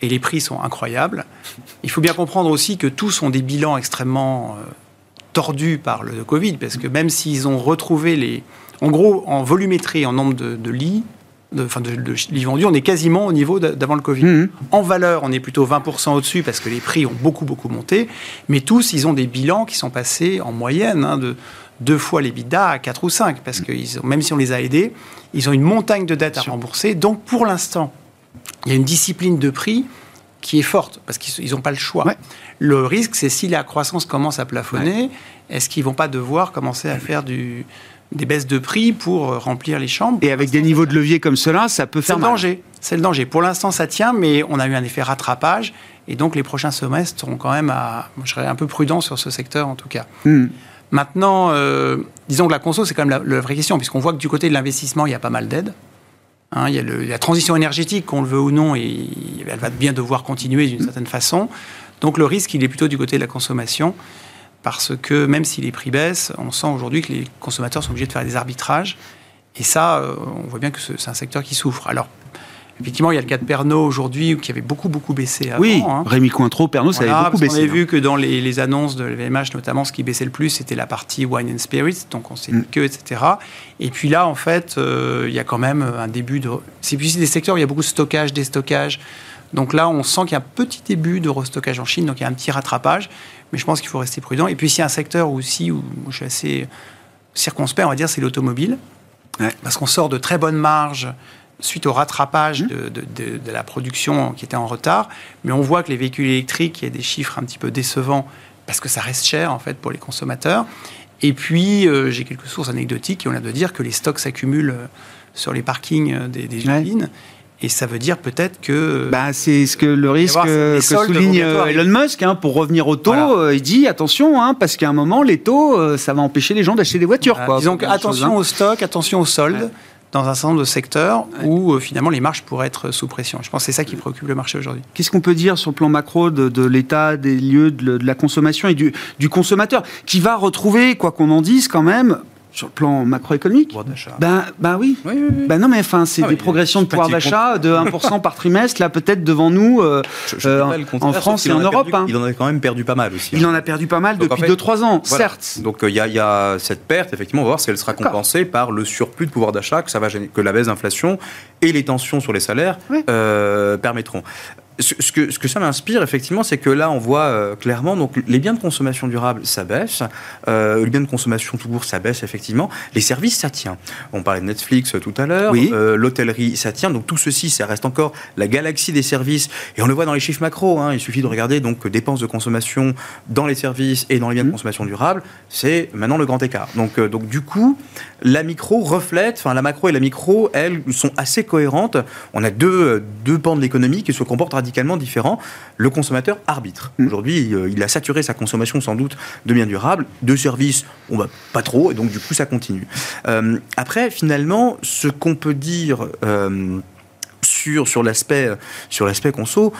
et les prix sont incroyables. Il faut bien comprendre aussi que tous ont des bilans extrêmement euh, tordus par le Covid, parce que même s'ils ont retrouvé les... En gros, en volumétrie, en nombre de, de lits, de, enfin de, de lits vendus, on est quasiment au niveau d'avant le Covid. Mmh. En valeur, on est plutôt vingt pour cent au-dessus, parce que les prix ont beaucoup, beaucoup monté. Mais tous, ils ont des bilans qui sont passés en moyenne hein, de deux fois l'EBITDA à quatre ou cinq, parce que ils ont, même si on les a aidés, ils ont une montagne de dettes à rembourser. Donc, pour l'instant, il y a une discipline de prix qui est forte, parce qu'ils n'ont pas le choix. Ouais. Le risque, c'est si la croissance commence à plafonner, ouais. est-ce qu'ils ne vont pas devoir commencer à faire du, des baisses de prix pour remplir les chambres? Et avec des niveaux de levier comme cela, ça peut faire mal. C'est le danger. C'est le danger. Pour l'instant, ça tient, mais on a eu un effet rattrapage, et donc les prochains semestres seront quand même à... Je serais un peu prudent sur ce secteur, en tout cas. Mm. Maintenant, euh, disons que la conso, c'est quand même la, la vraie question, puisqu'on voit que du côté de l'investissement, il y a pas mal d'aides. Hein, il y a le, la transition énergétique, qu'on le veut ou non, et elle va bien devoir continuer d'une certaine façon. Donc le risque, il est plutôt du côté de la consommation, parce que même si les prix baissent, on sent aujourd'hui que les consommateurs sont obligés de faire des arbitrages. Et ça, euh, on voit bien que c'est un secteur qui souffre. Alors, effectivement, il y a le cas de Pernod aujourd'hui, qui avait beaucoup, beaucoup baissé avant. Oui, hein. Rémi Cointreau, Pernod, voilà, ça avait beaucoup baissé. On avait hein. vu que dans les, les annonces de L V M H, notamment, ce qui baissait le plus, c'était la partie wine and spirits, donc on sait mm. que, et cetera. Et puis là, en fait, euh, il y a quand même un début de... C'est plus des secteurs où il y a beaucoup de stockage, déstockage. Donc là, on sent qu'il y a un petit début de restockage en Chine, donc il y a un petit rattrapage. Mais je pense qu'il faut rester prudent. Et puis, s'il y a un secteur aussi où je suis assez circonspect, on va dire, c'est l'automobile. Ouais. Parce qu'on sort de très bonnes marges suite au rattrapage mmh. de, de, de, de la production qui était en retard. Mais on voit que les véhicules électriques, il y a des chiffres un petit peu décevants parce que ça reste cher, en fait, pour les consommateurs. Et puis, euh, j'ai quelques sources anecdotiques qui ont l'air de dire que les stocks s'accumulent sur les parkings des, des ouais. usines. Et ça veut dire peut-être que... Bah, c'est ce que le risque voir, que souligne Elon Musk. Hein, pour revenir aux taux, voilà. euh, il dit attention, hein, parce qu'à un moment, les taux, euh, ça va empêcher les gens d'acheter des voitures. Voilà. Quoi, disons attention chose, hein. au stock, attention au solde, ouais. dans un certain nombre de secteurs ouais. où euh, finalement les marges pourraient être sous pression. Je pense que c'est ça qui préoccupe le marché aujourd'hui. Qu'est-ce qu'on peut dire sur le plan macro de, de l'état des lieux de, de la consommation et du, du consommateur, qui va retrouver, quoi qu'on en dise quand même... Sur le plan macroéconomique, pouvoir d'achat. Ben, ben oui. Oui, oui, oui. Ben non, mais enfin, c'est ah, des oui, progressions de pouvoir d'achat de un pour cent par trimestre, là, peut-être devant nous, euh, je, je euh, en France et en Europe. Perdu, hein. Il en a quand même perdu pas mal aussi. Il hein. en a perdu pas mal donc, depuis deux trois ans, voilà. certes. Donc il euh, y, y a cette perte, effectivement, on va voir si elle sera compensée par le surplus de pouvoir d'achat que, ça va gêner, que la baisse d'inflation et les tensions sur les salaires oui. euh, permettront. Ce que, ce que ça m'inspire, effectivement, c'est que là, on voit euh, clairement, donc les biens de consommation durable, ça baisse. Euh, les biens de consommation tout court, ça baisse, effectivement. Les services, ça tient. On parlait de Netflix tout à l'heure. Oui. Euh, l'hôtellerie, ça tient. Donc tout ceci, ça reste encore la galaxie des services. Et on le voit dans les chiffres macro. Hein. Il suffit de regarder donc dépenses de consommation dans les services et dans les biens mmh. de consommation durable. C'est maintenant le grand écart. Donc, euh, donc du coup, la micro reflète, enfin la macro et la micro, elles sont assez cohérentes. On a deux, deux pans de l'économie qui se comportent radicalement différent. Le consommateur arbitre. Mmh. Aujourd'hui, euh, il a saturé sa consommation sans doute de biens durables, de services, on va pas trop, et donc du coup ça continue. Euh, après, finalement, ce qu'on peut dire euh, sur, sur l'aspect sur l'aspect conso,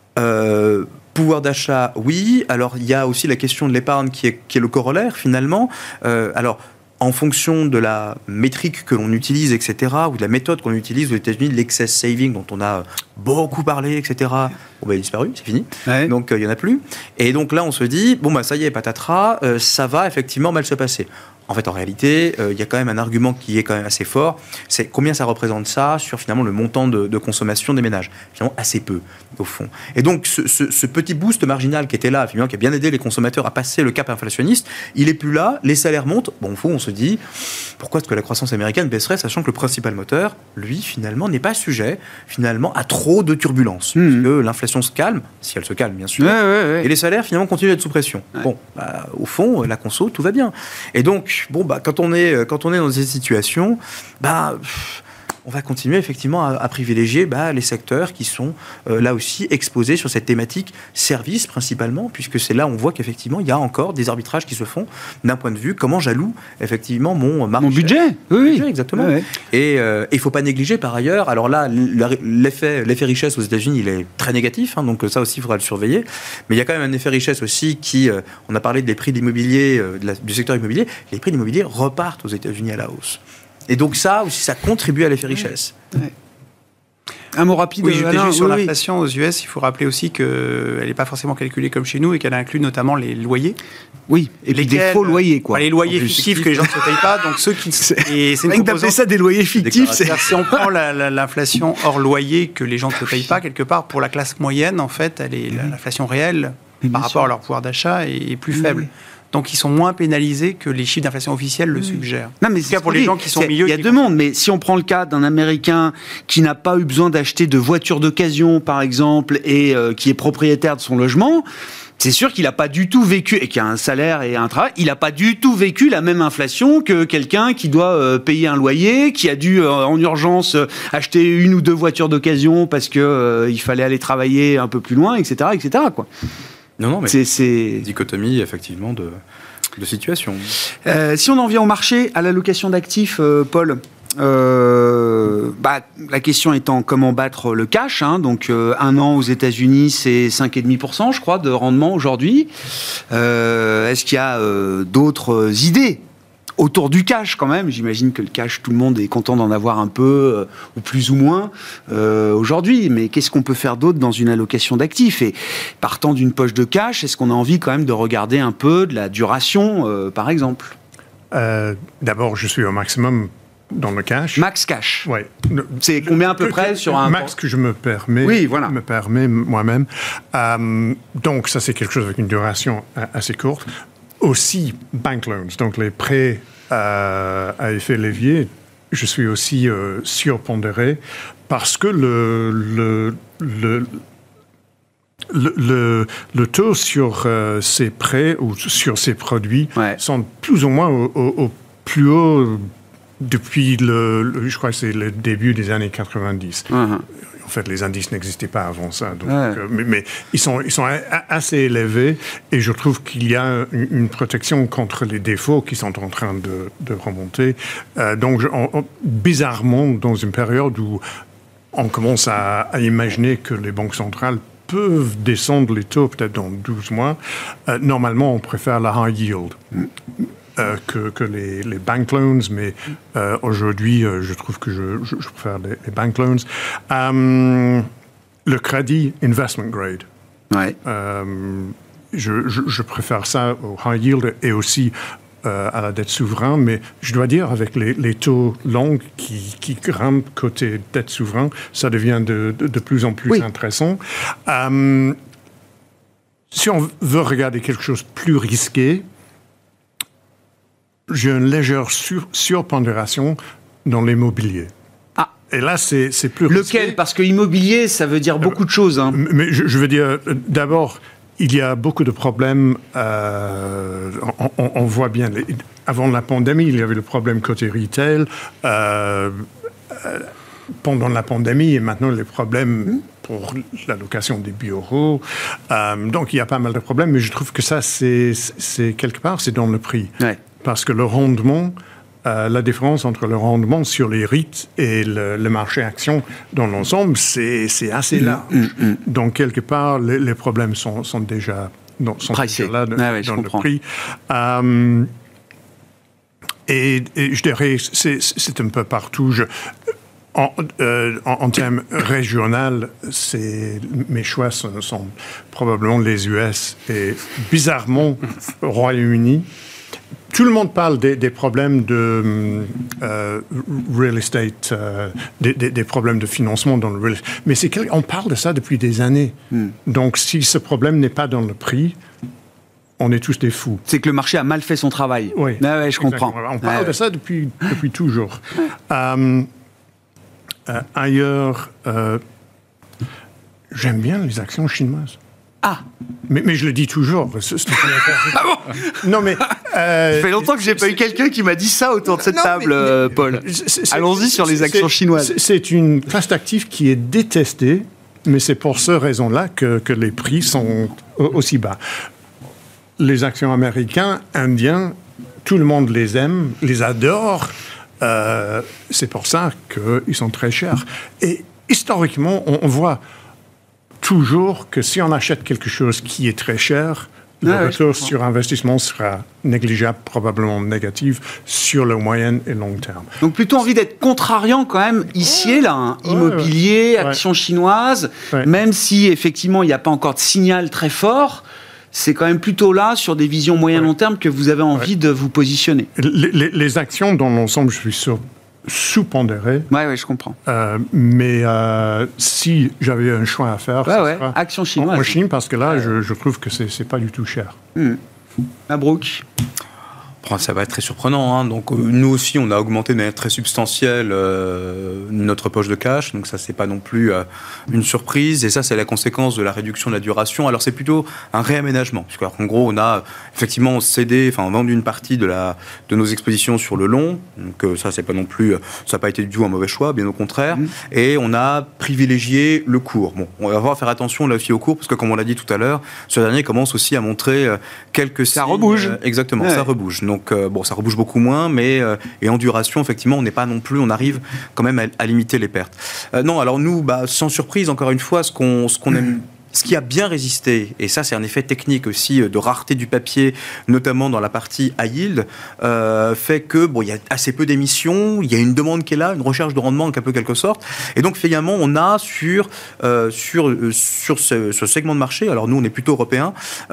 euh, pouvoir d'achat, oui. Alors il y a aussi la question de l'épargne qui est, qui est le corollaire finalement. Euh, alors en fonction de la métrique que l'on utilise, et cetera, ou de la méthode qu'on utilise aux États-Unis, l'excess saving dont on a beaucoup parlé, et cetera, bon, bah, il a disparu, c'est fini. Ouais. Donc, il euh, n'y en a plus. Et donc là, on se dit, bon, bah, ça y est, patatras, euh, ça va effectivement mal se passer. En fait, en réalité, il euh, y a quand même un argument qui est quand même assez fort, c'est combien ça représente ça sur finalement le montant de, de consommation des ménages. Finalement, assez peu, au fond. Et donc, ce, ce, ce petit boost marginal qui était là, finalement, qui a bien aidé les consommateurs à passer le cap inflationniste, il est plus là, les salaires montent. Bon, au fond, on se dit, pourquoi est-ce que la croissance américaine baisserait, sachant que le principal moteur, lui, finalement, n'est pas sujet, finalement, à trop de turbulences. Mmh. Parce que l'inflation se calme, si elle se calme, bien sûr, ouais, ouais, ouais. et les salaires, finalement, continuent d'être sous pression. Ouais. Bon, bah, au fond, la conso, tout va bien. Et donc, bon, bah, quand on est, quand on est dans ces situations, bah, pff, on va continuer effectivement à, à privilégier bah, les secteurs qui sont euh, là aussi exposés sur cette thématique service principalement, puisque c'est là où on voit qu'effectivement il y a encore des arbitrages qui se font d'un point de vue comment j'alloue effectivement mon marché. Mon budget, oui, budget, exactement. Oui, oui. Et il euh, ne faut pas négliger par ailleurs. Alors là, l'effet, l'effet richesse aux États-Unis, il est très négatif, hein, donc ça aussi il faudra le surveiller. Mais il y a quand même un effet richesse aussi qui, euh, on a parlé des prix de l'immobilier, euh, de la, du secteur immobilier. Les prix de l'immobilier repartent aux États-Unis à la hausse. Et donc ça aussi, ça contribue à l'effet richesse. Ouais. Un mot rapide, Oui, j'étais Alain. juste sur Oui, oui. l'inflation aux U S. Il faut rappeler aussi qu'elle n'est pas forcément calculée comme chez nous et qu'elle inclut notamment les loyers. Oui, et puis des Lesquels, faux loyers, quoi. Enfin, les loyers En plus. fictifs que les gens ne se payent pas, donc ceux qui... Et c'est une Rien que d'appeler composante- ça des loyers fictifs, c'est... C'est-à-dire, si on prend la- la- l'inflation hors loyer que les gens ne se payent pas, quelque part, pour la classe moyenne, en fait, elle est, l'inflation réelle, Mais par bien rapport sûr. à leur pouvoir d'achat, est, est plus Oui, faible. oui. Donc, ils sont moins pénalisés que les chiffres d'inflation officiels le Oui. suggèrent. Non, mais En tout cas, c'est pour ce les qu'on gens dit. qui sont au C'est- milieu... Il y a qui deux mondes, mais si on prend le cas d'un Américain qui n'a pas eu besoin d'acheter de voiture d'occasion, par exemple, et euh, qui est propriétaire de son logement, c'est sûr qu'il n'a pas du tout vécu, et qui a un salaire et un travail, il n'a pas du tout vécu la même inflation que quelqu'un qui doit euh, payer un loyer, qui a dû euh, en urgence euh, acheter une ou deux voitures d'occasion parce que euh, il fallait aller travailler un peu plus loin, et cetera, et cetera, quoi. Non, non, mais C'est, c'est... dichotomie, effectivement, de, de situation. Euh, si on en vient au marché, à l'allocation d'actifs, euh, Paul, euh, bah, la question étant comment battre le cash. Hein, donc, euh, un an aux États-Unis, c'est cinq virgule cinq pour cent, je crois, de rendement aujourd'hui. Euh, est-ce qu'il y a euh, d'autres idées autour du cash, quand même? J'imagine que le cash, tout le monde est content d'en avoir un peu, euh, ou plus ou moins, euh, aujourd'hui. Mais qu'est-ce qu'on peut faire d'autre dans une allocation d'actifs? Et partant d'une poche de cash, est-ce qu'on a envie quand même de regarder un peu de la duration, euh, par exemple? Euh, D'abord, je suis au maximum dans le cash. Max cash. Ouais. C'est combien à peu près sur un... Max que je me permets, Oui, voilà. me permets moi-même. Euh, donc, ça, c'est quelque chose avec une duration assez courte. Aussi, bank loans, donc les prêts euh, à effet levier, je suis aussi euh, surpondéré parce que le, le, le, le, le, le taux sur euh, ces prêts ou sur ces produits Ouais. sont plus ou moins au, au, au plus haut depuis le, le- je crois que c'est le début des années quatre-vingt-dix. Uh-huh. En fait, les indices n'existaient pas avant ça. Donc, Ouais. euh, mais, mais ils sont, ils sont a- assez élevés et je trouve qu'il y a une, une protection contre les défauts qui sont en train de, de remonter. Euh, donc, je- on- on- bizarrement, dans une période où on commence à, à imaginer que les banques centrales peuvent descendre les taux peut-être dans douze mois, euh, normalement, on préfère la high yield. Euh, que, que les, les bank loans, mais euh, aujourd'hui, euh, je trouve que je, je, je préfère les, les bank loans. Euh, le crédit investment grade, Ouais. euh, je, je, je préfère ça au high yield et aussi euh, à la dette souveraine, mais je dois dire, avec les, les taux longs qui, qui grimpent côté dette souveraine, ça devient de, de, de plus en plus Oui. intéressant. Euh, si on veut regarder quelque chose de plus risqué, j'ai une légère sur, surpondération dans l'immobilier. Ah. Et là, c'est c'est plus risqué. Lequel? Parce que immobilier, ça veut dire beaucoup de choses. Hein. Mais je, je veux dire, euh, d'abord, il y a beaucoup de problèmes. Euh, on, on- on voit bien, les- avant la pandémie, il y avait le problème côté retail. Euh, euh, pendant la pandémie, et maintenant les problèmes pour la location des bureaux. Euh, donc, il y a pas mal de problèmes, mais je trouve que ça, c'est c'est- quelque part, c'est dans le prix. Ouais. Parce que le rendement, euh, la différence entre le rendement sur les R E I T et le, le marché action dans l'ensemble, c'est c'est assez large. Donc, quelque part, les, les problèmes sont, sont déjà, non, sont Pricés. déjà là de- Ah ouais, je dans le comprends. prix. Euh, et, et je dirais, c'est c'est un peu partout. Je, en, euh, en, en termes régional, c'est mes choix sont, sont probablement les U S et bizarrement au Royaume-Uni. Tout le monde parle des, des problèmes de euh, real estate, euh, des, des- des problèmes de financement dans le real estate. Mais c'est quel- on parle de ça depuis des années. Donc, si ce problème n'est pas dans le prix, on est tous des fous. C'est que le marché a mal fait son travail. Oui. Ah ouais, je comprends. Exactement. On parle Ouais, de ouais. ça depuis, depuis toujours. Euh, euh, ailleurs, euh, j'aime bien les actions chinoises. Ah, Mais, mais je le dis toujours. c'est- c'est une affaire- Non, mais... euh, ça fait longtemps que j'ai pas eu quelqu'un qui m'a dit ça autour de cette Non, mais- table, euh, Paul. c'est- c'est- Allons-y sur les c'est- actions c'est- chinoises. c'est- C'est une classe d'actifs qui est détestée, mais c'est pour cette raison-là que, que les prix sont au- aussi bas. Les actions américaines, indiens, tout le monde les aime, les adore. Euh, c'est pour ça qu'ils sont très chers. Et historiquement, on, on voit toujours que si on achète quelque chose qui est très cher, le Ah, retour ouais, sur investissement sera négligeable, probablement négatif, sur le moyen et long terme. Donc plutôt envie d'être contrariant quand même ici et là, hein. Ouais, Immobilier, ouais. actions chinoises, Ouais. même si effectivement il n'y a pas encore de signal très fort, c'est quand même plutôt là, sur des visions moyen-long terme, que vous avez envie Ouais. de vous positionner. Les, les- les actions, dans l'ensemble, je suis sûr, sous-pondérées. Oui, ouais, je comprends. Euh, mais euh, si j'avais un choix à faire, Ouais, ce ouais. sera Actions en, chinoises. en Chine, parce que là, je, je trouve que c'est, c'est pas du tout cher. Mabrouk. Bon, ça va être très surprenant. Hein. Donc, euh, nous aussi, on a augmenté de manière très substantielle euh, notre poche de cash. Donc, ça, c'est pas non plus euh, une surprise. Et ça, c'est la conséquence de la réduction de la duration. Alors, c'est plutôt un réaménagement. Parce qu'en gros, on a effectivement cédé, enfin, vendu une partie de, la, de nos expositions sur le long. Donc, euh, ça, c'est pas non plus, ça n'a pas été du tout un mauvais choix, bien au contraire. Mmh. Et on a privilégié le court. Bon, on va devoir faire attention là aussi au court, parce que, comme on l'a dit tout à l'heure, ce dernier commence aussi à montrer euh, quelques ça signes. Rebouge. Euh, exactement, ouais. ça rebouge. Donc, Donc, euh, bon, ça rebouge beaucoup moins, mais euh, et en duration, effectivement, on n'est pas non plus, on arrive quand même à, à limiter les pertes. Euh, non, alors nous, bah, sans surprise, encore une fois, ce qu'on, ce qu'on aime. Ce qui a bien résisté, et ça c'est un effet technique aussi de rareté du papier, notamment dans la partie high yield, euh, fait que bon, il y a assez peu d'émissions, il y a une demande qui est là, une recherche de rendement en quelque sorte, et donc finalement on a sur euh, sur euh, sur ce, ce segment de marché, alors nous on est plutôt européen,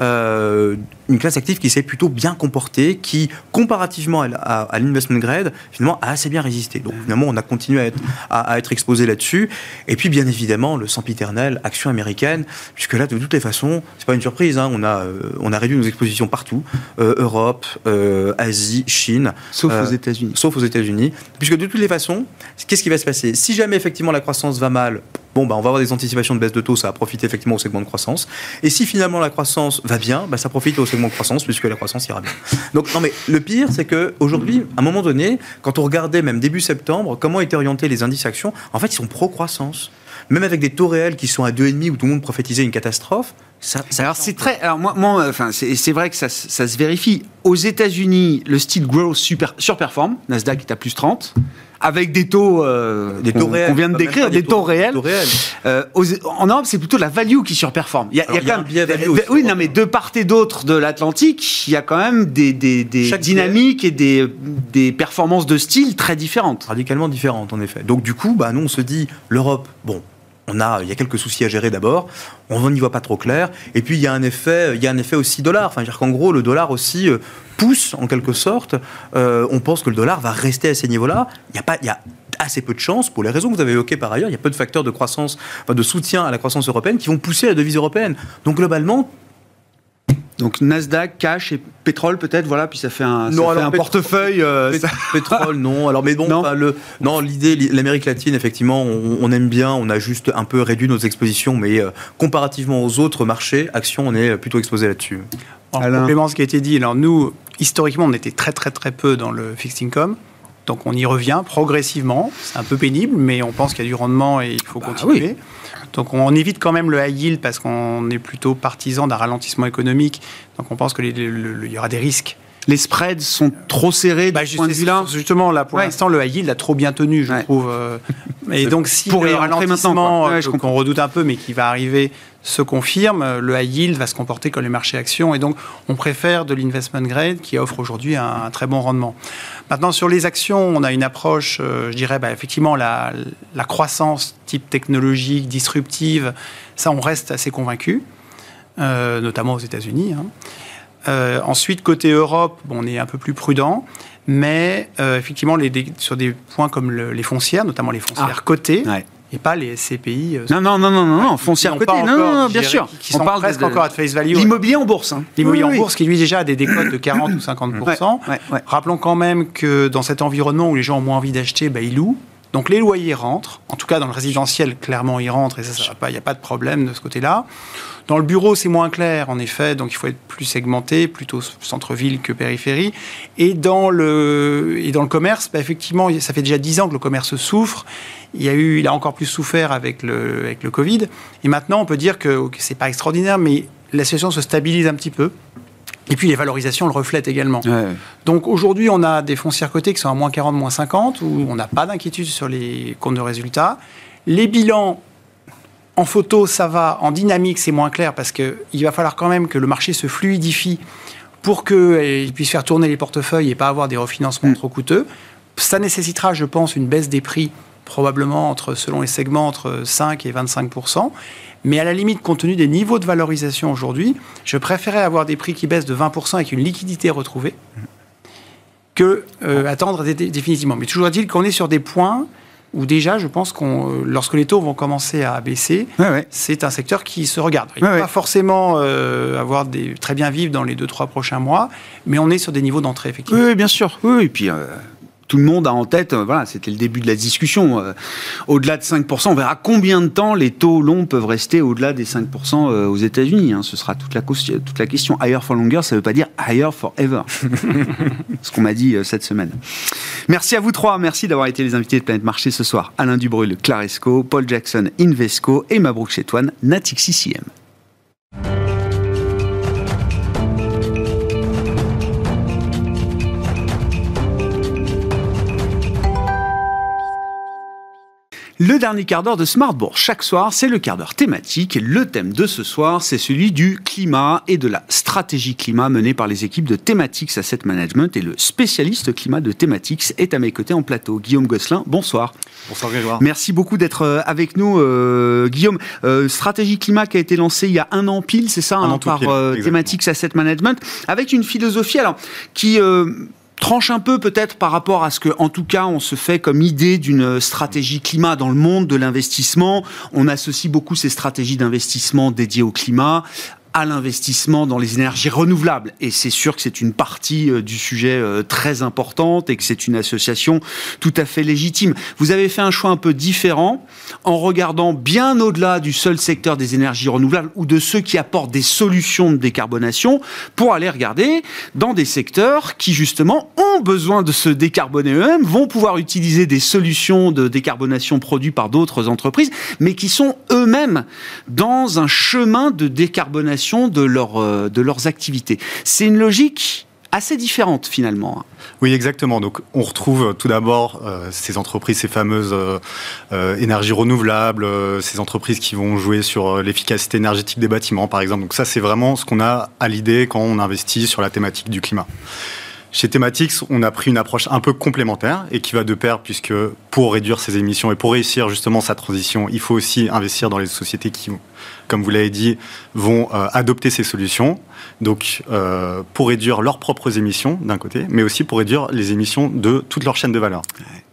euh, une classe active qui s'est plutôt bien comportée, qui comparativement à, à, à l'investment grade finalement a assez bien résisté. Donc finalement on a continué à être à, à être exposé là-dessus, et puis bien évidemment le sempiternel action américaine. Puisque là, de toutes les façons, c'est pas une surprise, hein, on, a, euh, on a réduit nos expositions partout, euh, Europe, euh, Asie, Chine. Sauf euh, aux États-Unis. Sauf aux États-Unis. Puisque de toutes les façons, qu'est-ce qui va se passer ? Si jamais effectivement la croissance va mal, bon, bah, on va avoir des anticipations de baisse de taux, ça va profiter effectivement au segment de croissance. Et si finalement la croissance va bien, bah, ça profite au segment de croissance, puisque la croissance ira bien. Donc, non, mais le pire, c'est qu'aujourd'hui, à un moment donné, quand on regardait même début septembre, comment étaient orientés les indices actions, en fait, ils sont pro-croissance. Même avec des taux réels qui sont à deux virgule cinq où tout le monde prophétisait une catastrophe, ça, ça alors c'est très, alors moi, moi enfin c'est, c'est vrai que ça, ça se vérifie. Aux États-Unis, le style growth super, surperforme. Nasdaq est à plus trente, avec des taux, euh, des taux qu'on, réels, qu'on vient de décrire, des, des taux, taux réels. Taux réels. Euh, aux, en Europe, c'est plutôt la value qui surperforme. Il y a, alors, il y a quand y a même, un biais oui, non, mais de part et d'autre de l'Atlantique, il y a quand même des, des, des dynamiques biais. et des, des performances de style très différentes, radicalement différentes en effet. Donc du coup, bah nous on se dit l'Europe, bon. On a, il y a quelques soucis à gérer d'abord, on n'y voit pas trop clair, et puis il y a un effet, il y a un effet aussi dollar, enfin, dire qu'en gros le dollar aussi euh, pousse en quelque sorte, euh, on pense que le dollar va rester à ces niveaux-là, il y a pas, il y a assez peu de chances, pour les raisons que vous avez évoquées par ailleurs, il y a peu de facteurs de croissance, enfin, de soutien à la croissance européenne qui vont pousser la devise européenne. Donc globalement, donc Nasdaq, cash et pétrole peut-être, voilà, puis ça fait un, non, ça alors, fait un pétro- portefeuille. Euh, Pét- ça... Pétrole, non. Alors, mais bon, non. le, non, l'idée, l'Amérique latine, effectivement, on, on aime bien. On a juste un peu réduit nos expositions, mais euh, comparativement aux autres marchés, actions, on est plutôt exposé là-dessus. En complément à ce qui a été dit, alors nous, historiquement, on était très très très peu dans le fixed income. Donc on y revient progressivement. C'est un peu pénible, mais on pense qu'il y a du rendement et il faut bah, continuer. Oui. Donc on évite quand même le high yield parce qu'on est plutôt partisan d'un ralentissement économique. Donc on pense qu'il y aura des risques. Les spreads sont trop serrés de bah, ce point de vue-là. Justement, là, pour ouais. l'instant, le high yield a trop bien tenu, je ouais. trouve. Et donc, si pour le ralentissement ouais, qu'on redoute un peu, mais qui va arriver, se confirme, le high yield va se comporter comme les marchés actions. Et donc, on préfère de l'investment grade qui offre aujourd'hui un, un très bon rendement. Maintenant, sur les actions, on a une approche, euh, je dirais, bah, effectivement, la, la croissance type technologique, disruptive, ça, on reste assez convaincu, euh, notamment aux États-Unis. Hein. Euh, ensuite, côté Europe, bon, on est un peu plus prudent, mais euh, effectivement, les, les, sur des points comme le, les foncières, notamment les foncières ah. cotées, ouais. et pas les S C P I. Euh, non, non, non, non, non, non, foncières cotées, non, non, non, bien sûr. Qui, qui on sont parle presque de, encore à face value. L'immobilier en bourse. Hein. L'immobilier oui, en oui. bourse, qui lui déjà a des décotes de quarante ou cinquante pour cent. Ouais, ouais, ouais. Rappelons quand même que dans cet environnement où les gens ont moins envie d'acheter, bah, ils louent. Donc les loyers rentrent, en tout cas dans le résidentiel, clairement ils rentrent, et ça, ça va pas, il n'y a pas de problème de ce côté-là. Dans le bureau, c'est moins clair, en effet, donc il faut être plus segmenté, plutôt centre-ville que périphérie. Et dans le, et dans le commerce, bah, effectivement, ça fait déjà dix ans que le commerce souffre. Il, y a eu, il a encore plus souffert avec le, avec le Covid. Et maintenant, on peut dire que, que ce n'est pas extraordinaire, mais la situation se stabilise un petit peu. Et puis les valorisations le reflètent également. Ouais. Donc aujourd'hui, on a des foncières cotées qui sont à moins quarante, moins cinquante, où on n'a pas d'inquiétude sur les comptes de résultats. Les bilans En photo, ça va. En dynamique, c'est moins clair parce qu'il va falloir quand même que le marché se fluidifie pour qu'il puisse faire tourner les portefeuilles et pas avoir des refinancements mmh. trop coûteux. Ça nécessitera, je pense, une baisse des prix, probablement entre, selon les segments, entre cinq et vingt-cinq pour cent. Mais à la limite, compte tenu des niveaux de valorisation aujourd'hui, je préférais avoir des prix qui baissent de vingt pour cent avec une liquidité retrouvée que euh, attendre dé- définitivement. Mais toujours est-il qu'on est sur des points où déjà, je pense qu'on, lorsque les taux vont commencer à baisser, ouais, ouais. c'est un secteur qui se regarde. Il ne ouais, va ouais. pas forcément euh, avoir des, très bien vivre dans les deux trois prochains mois, mais on est sur des niveaux d'entrée, effectivement. Oui, oui bien sûr. Oui, et puis... Euh... Tout le monde a en tête, euh, voilà, c'était le début de la discussion, euh, au-delà de cinq pour cent, on verra combien de temps les taux longs peuvent rester au-delà des cinq pour cent euh, aux États-Unis. Hein, ce sera toute la, toute la question. Higher for longer, ça ne veut pas dire higher forever. Ce qu'on m'a dit euh, cette semaine. Merci à vous trois, merci d'avoir été les invités de Planète Marché ce soir. Alain Dubrul, Claresco, Paul Jackson, Invesco et Mabrouk Chetouane, Natixis C M. Le dernier quart d'heure de Smart Bourse. Chaque soir, c'est le quart d'heure thématique. Le thème de ce soir, c'est celui du climat et de la stratégie climat menée par les équipes de Thematics Asset Management. Et le spécialiste climat de Thematics est à mes côtés en plateau. Guillaume Gosselin, bonsoir. Bonsoir Grégoire. Merci beaucoup d'être avec nous, euh, Guillaume. Euh, stratégie climat qui a été lancée il y a un an pile, c'est ça, un hein, an par euh, Thematics Asset Management, avec une philosophie alors qui... Euh, tranche un peu peut-être par rapport à ce que, en tout cas, on se fait comme idée d'une stratégie climat dans le monde de l'investissement. On associe beaucoup ces stratégies d'investissement dédiées au climat à l'investissement dans les énergies renouvelables. Et c'est sûr que c'est une partie euh, du sujet euh, très importante et que c'est une association tout à fait légitime. Vous avez fait un choix un peu différent en regardant bien au-delà du seul secteur des énergies renouvelables ou de ceux qui apportent des solutions de décarbonation pour aller regarder dans des secteurs qui, justement, ont besoin de se décarboner eux-mêmes, vont pouvoir utiliser des solutions de décarbonation produites par d'autres entreprises, mais qui sont eux-mêmes dans un chemin de décarbonation de, leur, de leurs activités. C'est une logique assez différente finalement. Oui, exactement. Donc, on retrouve tout d'abord euh, ces entreprises, ces fameuses euh, euh, énergies renouvelables, euh, ces entreprises qui vont jouer sur l'efficacité énergétique des bâtiments, par exemple. Donc ça, c'est vraiment ce qu'on a à l'idée quand on investit sur la thématique du climat. Chez Thematics, on a pris une approche un peu complémentaire et qui va de pair, puisque pour réduire ses émissions et pour réussir justement sa transition, il faut aussi investir dans les sociétés qui, comme vous l'avez dit, vont euh, adopter ces solutions. Donc, euh, pour réduire leurs propres émissions, d'un côté, mais aussi pour réduire les émissions de toute leur chaîne de valeur.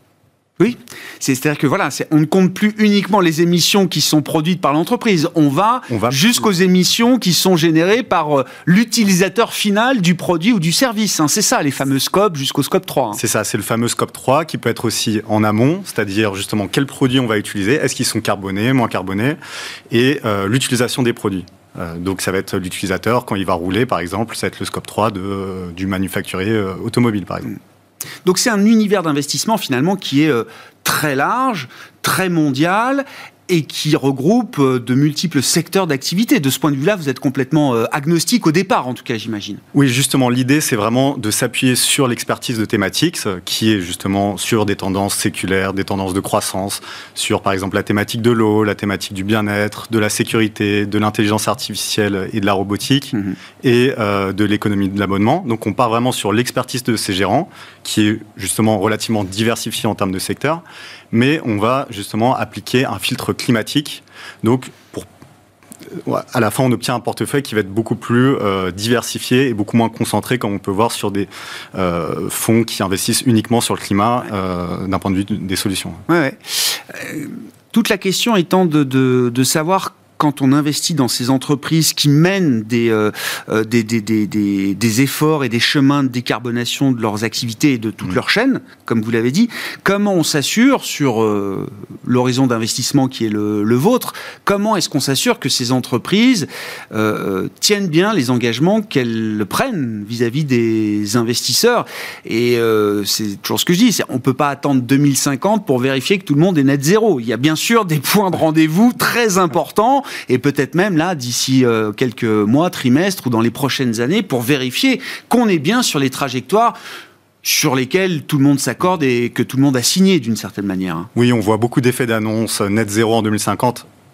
Oui, c'est-à-dire que voilà, c'est, on ne compte plus uniquement les émissions qui sont produites par l'entreprise. On va, on va jusqu'aux émissions qui sont générées par euh, l'utilisateur final du produit ou du service. Hein. C'est ça, les fameux scopes jusqu'au scope trois. Hein. C'est ça, c'est le fameux scope trois qui peut être aussi en amont, c'est-à-dire justement quels produits on va utiliser, est-ce qu'ils sont carbonés, moins carbonés, et euh, l'utilisation des produits. Euh, donc ça va être l'utilisateur quand il va rouler, par exemple, ça va être le scope trois de, euh, du manufacturier euh, automobile, par exemple. Donc c'est un univers d'investissement finalement qui est euh, très large, très mondial et qui regroupe euh, de multiples secteurs d'activité. De ce point de vue-là, vous êtes complètement euh, agnostique au départ, en tout cas, j'imagine. Oui, justement, l'idée, c'est vraiment de s'appuyer sur l'expertise de Thematics, qui est justement sur des tendances séculaires, des tendances de croissance, sur, par exemple, la thématique de l'eau, la thématique du bien-être, de la sécurité, de l'intelligence artificielle et de la robotique, mmh. et euh, de l'économie de l'abonnement. Donc, on part vraiment sur l'expertise de ces gérants, qui est justement relativement diversifiée en termes de secteurs, mais on va justement appliquer un filtre climatique. Donc, pour, à la fin, on obtient un portefeuille qui va être beaucoup plus euh, diversifié et beaucoup moins concentré, comme on peut voir sur des euh, fonds qui investissent uniquement sur le climat, euh, d'un point de vue des solutions. Ouais, ouais. Euh, toute la question étant de, de, de savoir quand on investit dans ces entreprises qui mènent des, euh, des, des, des, des, des efforts et des chemins de décarbonation de leurs activités et de toute mmh. leur chaîne, comme vous l'avez dit, comment on s'assure sur euh, l'horizon d'investissement qui est le, le vôtre, comment est-ce qu'on s'assure que ces entreprises euh, tiennent bien les engagements qu'elles prennent vis-à-vis des investisseurs. Et euh, c'est toujours ce que je dis, c'est, on ne peut pas attendre deux mille cinquante pour vérifier que tout le monde est net zéro. Il y a bien sûr des points de rendez-vous très importants et peut-être même là, d'ici euh, quelques mois, trimestres ou dans les prochaines années, pour vérifier qu'on est bien sur les trajectoires sur lesquelles tout le monde s'accorde et que tout le monde a signé d'une certaine manière. Oui, on voit beaucoup d'effets d'annonce net zéro en deux mille cinquante.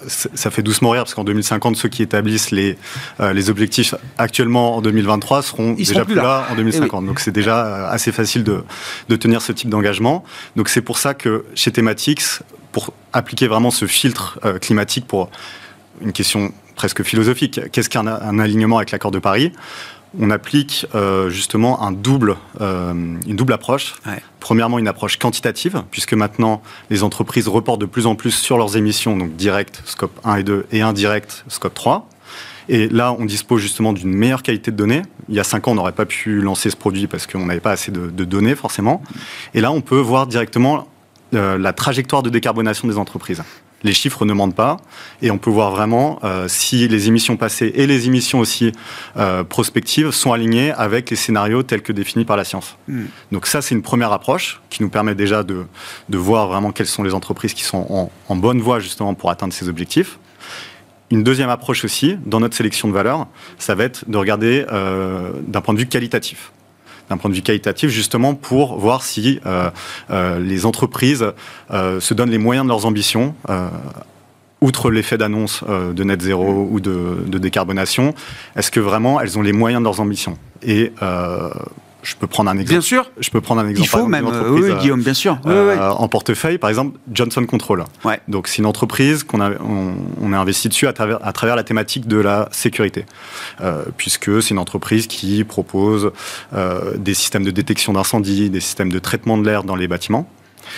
ça fait doucement rire parce qu'en deux mille cinquante, ceux qui établissent les, euh, les objectifs actuellement en deux mille vingt-trois seront Ils déjà seront plus plus là, là en deux mille cinquante. Eh oui. Donc c'est déjà assez facile de, de tenir ce type d'engagement. Donc c'est pour ça que chez Thematics, pour appliquer vraiment ce filtre euh, climatique pour une question presque philosophique, qu'est-ce qu'un un alignement avec l'accord de Paris ? On applique euh, justement un double, euh, une double approche. Ouais. Premièrement, une approche quantitative, puisque maintenant, les entreprises reportent de plus en plus sur leurs émissions, donc directes, scope un et deux, et indirect, scope trois. Et là, on dispose justement d'une meilleure qualité de données. Il y a cinq ans, on n'aurait pas pu lancer ce produit parce qu'on n'avait pas assez de, de données, forcément. Et là, on peut voir directement euh, la trajectoire de décarbonation des entreprises. Les chiffres ne mentent pas et on peut voir vraiment euh, si les émissions passées et les émissions aussi euh, prospectives sont alignées avec les scénarios tels que définis par la science. Mmh. Donc ça, c'est une première approche qui nous permet déjà de, de voir vraiment quelles sont les entreprises qui sont en, en bonne voie justement pour atteindre ces objectifs. Une deuxième approche aussi, dans notre sélection de valeurs, ça va être de regarder euh, d'un point de vue qualitatif. D'un point de vue qualitatif, justement pour voir si euh, euh, les entreprises euh, se donnent les moyens de leurs ambitions, euh, outre l'effet d'annonce euh, de net zéro ou de, de décarbonation, est-ce que vraiment elles ont les moyens de leurs ambitions ? Et euh, je peux prendre un exemple. Bien sûr. Je peux prendre un exemple. Il faut même, euh, oui, euh, Guillaume, bien sûr. Euh, oui, oui. En portefeuille, par exemple, Johnson Control. Ouais. Donc, c'est une entreprise qu'on a, on, on a investi dessus à travers, à travers la thématique de la sécurité, euh, puisque c'est une entreprise qui propose euh, des systèmes de détection d'incendie, des systèmes de traitement de l'air dans les bâtiments.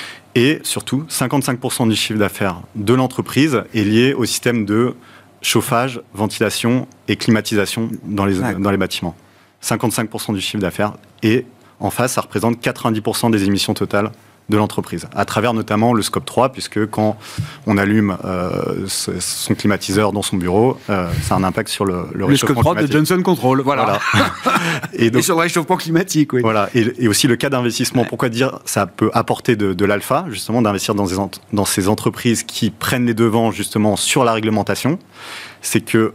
Et surtout, cinquante-cinq pour cent du chiffre d'affaires de l'entreprise est lié au système de chauffage, ventilation et climatisation dans les, dans les bâtiments. cinquante-cinq pour cent du chiffre d'affaires et en face, ça représente quatre-vingt-dix pour cent des émissions totales de l'entreprise, à travers notamment le scope trois, puisque quand on allume euh, son climatiseur dans son bureau, euh, ça a un impact sur le, le, le scope trois de Johnson Control, voilà. voilà. et, donc, et sur le réchauffement climatique, oui. Voilà, et, et aussi le cas d'investissement. Ouais. Pourquoi dire ça peut apporter de, de l'alpha, justement, d'investir dans, des, dans ces entreprises qui prennent les devants, justement, sur la réglementation. C'est que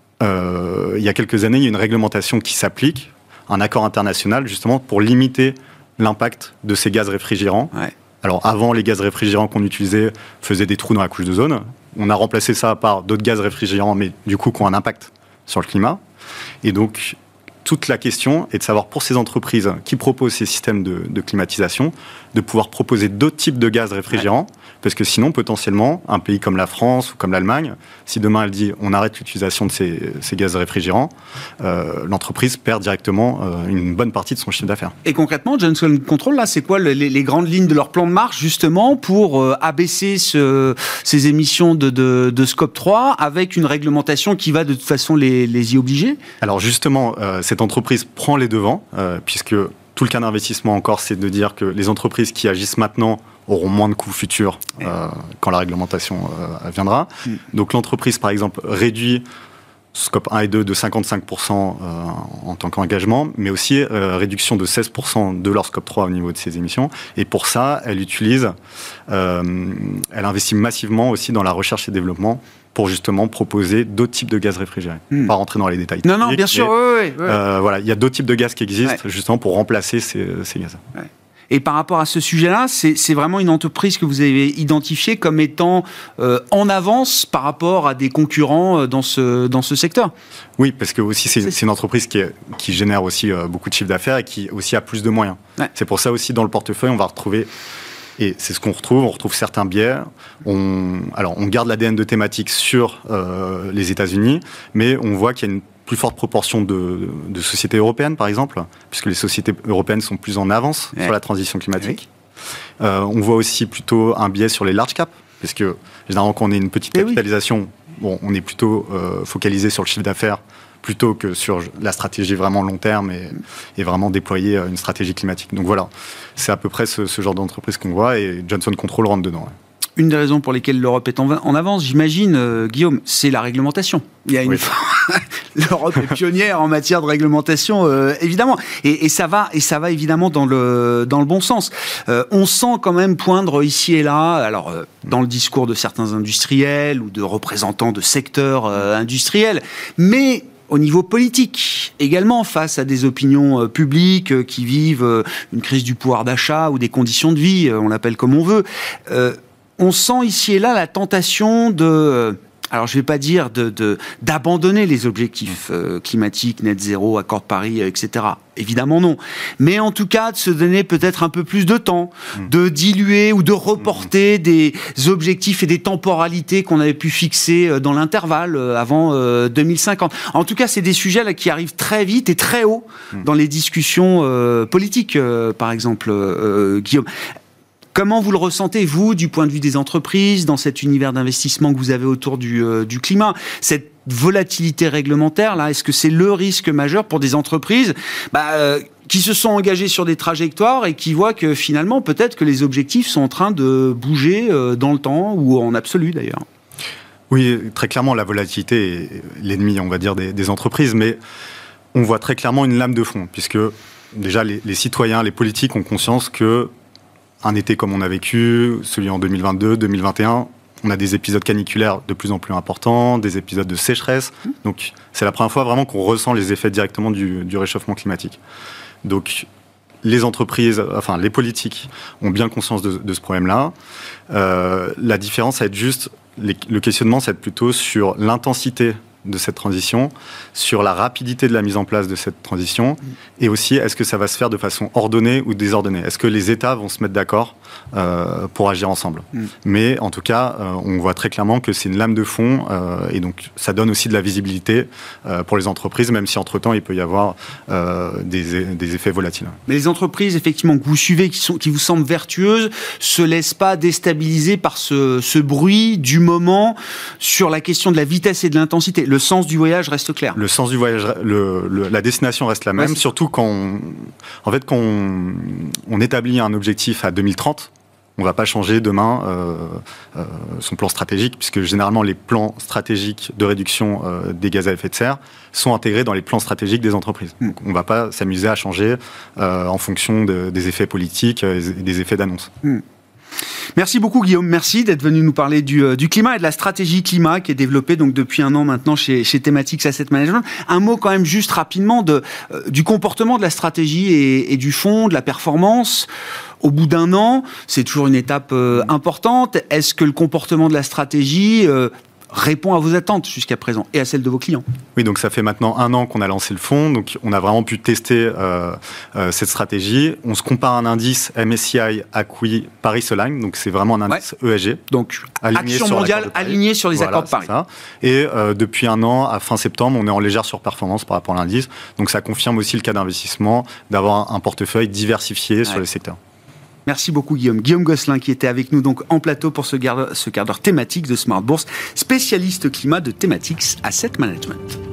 euh, il y a quelques années, il y a une réglementation qui s'applique, un accord international, justement, pour limiter l'impact de ces gaz réfrigérants. Ouais. Alors, avant, les gaz réfrigérants qu'on utilisait faisaient des trous dans la couche d'ozone. On a remplacé ça par d'autres gaz réfrigérants, mais du coup, qui ont un impact sur le climat. Et donc, toute la question est de savoir, pour ces entreprises qui proposent ces systèmes de, de climatisation, de pouvoir proposer d'autres types de gaz réfrigérants, ouais. Parce que sinon, potentiellement, un pays comme la France ou comme l'Allemagne, si demain elle dit on arrête l'utilisation de ces, ces gaz réfrigérants, euh, l'entreprise perd directement euh, une bonne partie de son chiffre d'affaires. Et concrètement, Johnson Control, là, c'est quoi les, les grandes lignes de leur plan de marche, justement, pour euh, abaisser ce, ces émissions de, de, de scope trois avec une réglementation qui va de toute façon les, les y obliger ? Alors justement, euh, cette entreprise prend les devants, euh, puisque tout le cas d'investissement encore, c'est de dire que les entreprises qui agissent maintenant auront moins de coûts futurs euh, quand la réglementation euh, viendra. Mm. Donc l'entreprise, par exemple, réduit scope un et deux de cinquante-cinq pour cent euh, en tant qu'engagement, mais aussi euh, réduction de seize pour cent de leur scope trois au niveau de ses émissions. Et pour ça, elle utilise, euh, elle investit massivement aussi dans la recherche et développement pour justement proposer d'autres types de gaz réfrigérés. Hmm. Pas rentrer dans les détails. Non, non, bien sûr, oui, oui. Euh, voilà, il y a d'autres types de gaz qui existent, ouais. justement pour remplacer ces, ces gaz. Ouais. Et par rapport à ce sujet-là, c'est, c'est vraiment une entreprise que vous avez identifiée comme étant euh, en avance par rapport à des concurrents dans ce, dans ce secteur. Oui, parce que aussi c'est, c'est une entreprise qui, est, qui génère aussi euh, beaucoup de chiffre d'affaires et qui aussi a plus de moyens. Ouais. C'est pour ça aussi dans le portefeuille, on va retrouver... Et c'est ce qu'on retrouve, on retrouve certains biais. On, alors, on garde l'A D N de thématique sur euh, les États-Unis, mais on voit qu'il y a une plus forte proportion de, de sociétés européennes, par exemple, puisque les sociétés européennes sont plus en avance ouais. sur la transition climatique. Oui. Euh, on voit aussi plutôt un biais sur les large caps, parce que généralement, quand on est une petite capitalisation, oui. bon, on est plutôt euh, focalisé sur le chiffre d'affaires plutôt que sur la stratégie vraiment long terme et, et vraiment déployer une stratégie climatique. Donc voilà, c'est à peu près ce, ce genre d'entreprise qu'on voit et Johnson Control rentre dedans. Ouais. Une des raisons pour lesquelles l'Europe est en, en avance, j'imagine, euh, Guillaume, c'est la réglementation. Il y a une oui. L'Europe est pionnière en matière de réglementation, euh, évidemment, et, et ça va, et ça va évidemment dans le dans le bon sens. Euh, on sent quand même poindre ici et là, alors euh, dans le discours de certains industriels ou de représentants de secteurs euh, industriels, mais au niveau politique, également face à des opinions euh, publiques euh, qui vivent euh, une crise du pouvoir d'achat ou des conditions de vie, euh, on l'appelle comme on veut. Euh, on sent ici et là la tentation de alors je ne vais pas dire de, de, d'abandonner les objectifs euh, climatiques, net zéro, accord de Paris, euh, et cetera. Évidemment non. Mais en tout cas, de se donner peut-être un peu plus de temps, mmh. de diluer ou de reporter mmh. des objectifs et des temporalités qu'on avait pu fixer dans l'intervalle euh, avant euh, deux mille cinquante. En tout cas, c'est des sujets là, qui arrivent très vite et très haut mmh. dans les discussions euh, politiques, euh, par exemple, euh, Guillaume. Comment vous le ressentez, vous, du point de vue des entreprises, dans cet univers d'investissement que vous avez autour du, euh, du climat ? Cette volatilité réglementaire, là, est-ce que c'est le risque majeur pour des entreprises bah, euh, qui se sont engagées sur des trajectoires et qui voient que finalement, peut-être que les objectifs sont en train de bouger euh, dans le temps, ou en absolu d'ailleurs ? Oui, très clairement, la volatilité est l'ennemi, on va dire, des, des entreprises, mais on voit très clairement une lame de fond, puisque déjà les, les citoyens, les politiques ont conscience que un été comme on a vécu, celui en deux mille vingt-deux, deux mille vingt et un, on a des épisodes caniculaires de plus en plus importants, des épisodes de sécheresse. Donc, c'est la première fois vraiment qu'on ressent les effets directement du, du réchauffement climatique. Donc, les entreprises, enfin, les politiques ont bien conscience de, de ce problème-là. Euh, la différence, ça va être juste, les, le questionnement, ça va être plutôt sur l'intensité de cette transition, sur la rapidité de la mise en place de cette transition, et aussi est-ce que ça va se faire de façon ordonnée ou désordonnée ? Est-ce que les États vont se mettre d'accord euh, pour agir ensemble ? mm. Mais en tout cas, euh, on voit très clairement que c'est une lame de fond, euh, et donc ça donne aussi de la visibilité euh, pour les entreprises, même si entre-temps il peut y avoir euh, des, des effets volatiles. Mais les entreprises, effectivement, que vous suivez, qui, sont, qui vous semblent vertueuses, se laissent pas déstabiliser par ce, ce bruit du moment sur la question de la vitesse et de l'intensité. Le sens du voyage reste clair. Le sens du voyage, le, le, la destination reste la même, ouais, surtout quand on, en fait, quand on, on établit un objectif à deux mille trente, on ne va pas changer demain euh, euh, son plan stratégique, puisque généralement les plans stratégiques de réduction euh, des gaz à effet de serre sont intégrés dans les plans stratégiques des entreprises. Mm. Donc on ne va pas s'amuser à changer euh, en fonction de, des effets politiques et des effets d'annonce. Mm. Merci beaucoup Guillaume, merci d'être venu nous parler du, euh, du climat et de la stratégie climat qui est développée donc depuis un an maintenant chez, chez Thematics Asset Management. Un mot quand même juste rapidement de, euh, du comportement de la stratégie et, et du fond, de la performance. Au bout d'un an, c'est toujours une étape euh, importante. Est-ce que le comportement de la stratégie euh, répond à vos attentes jusqu'à présent et à celles de vos clients? Oui, donc ça fait maintenant un an qu'on a lancé le fonds, donc on a vraiment pu tester euh, euh, cette stratégie. On se compare à un indice M S C I Acquis Paris-Align, donc c'est vraiment un indice ouais. E S G. Donc action mondiale alignée sur les voilà, accords de Paris. Ça. Et euh, depuis un an, à fin septembre, on est en légère surperformance par rapport à l'indice. Donc ça confirme aussi le cas d'investissement, d'avoir un portefeuille diversifié ouais. sur les secteurs. Merci beaucoup Guillaume. Guillaume Gosselin qui était avec nous donc en plateau pour ce quart d'heure, ce quart d'heure thématique de Smart Bourse, spécialiste climat de Thematics Asset Management.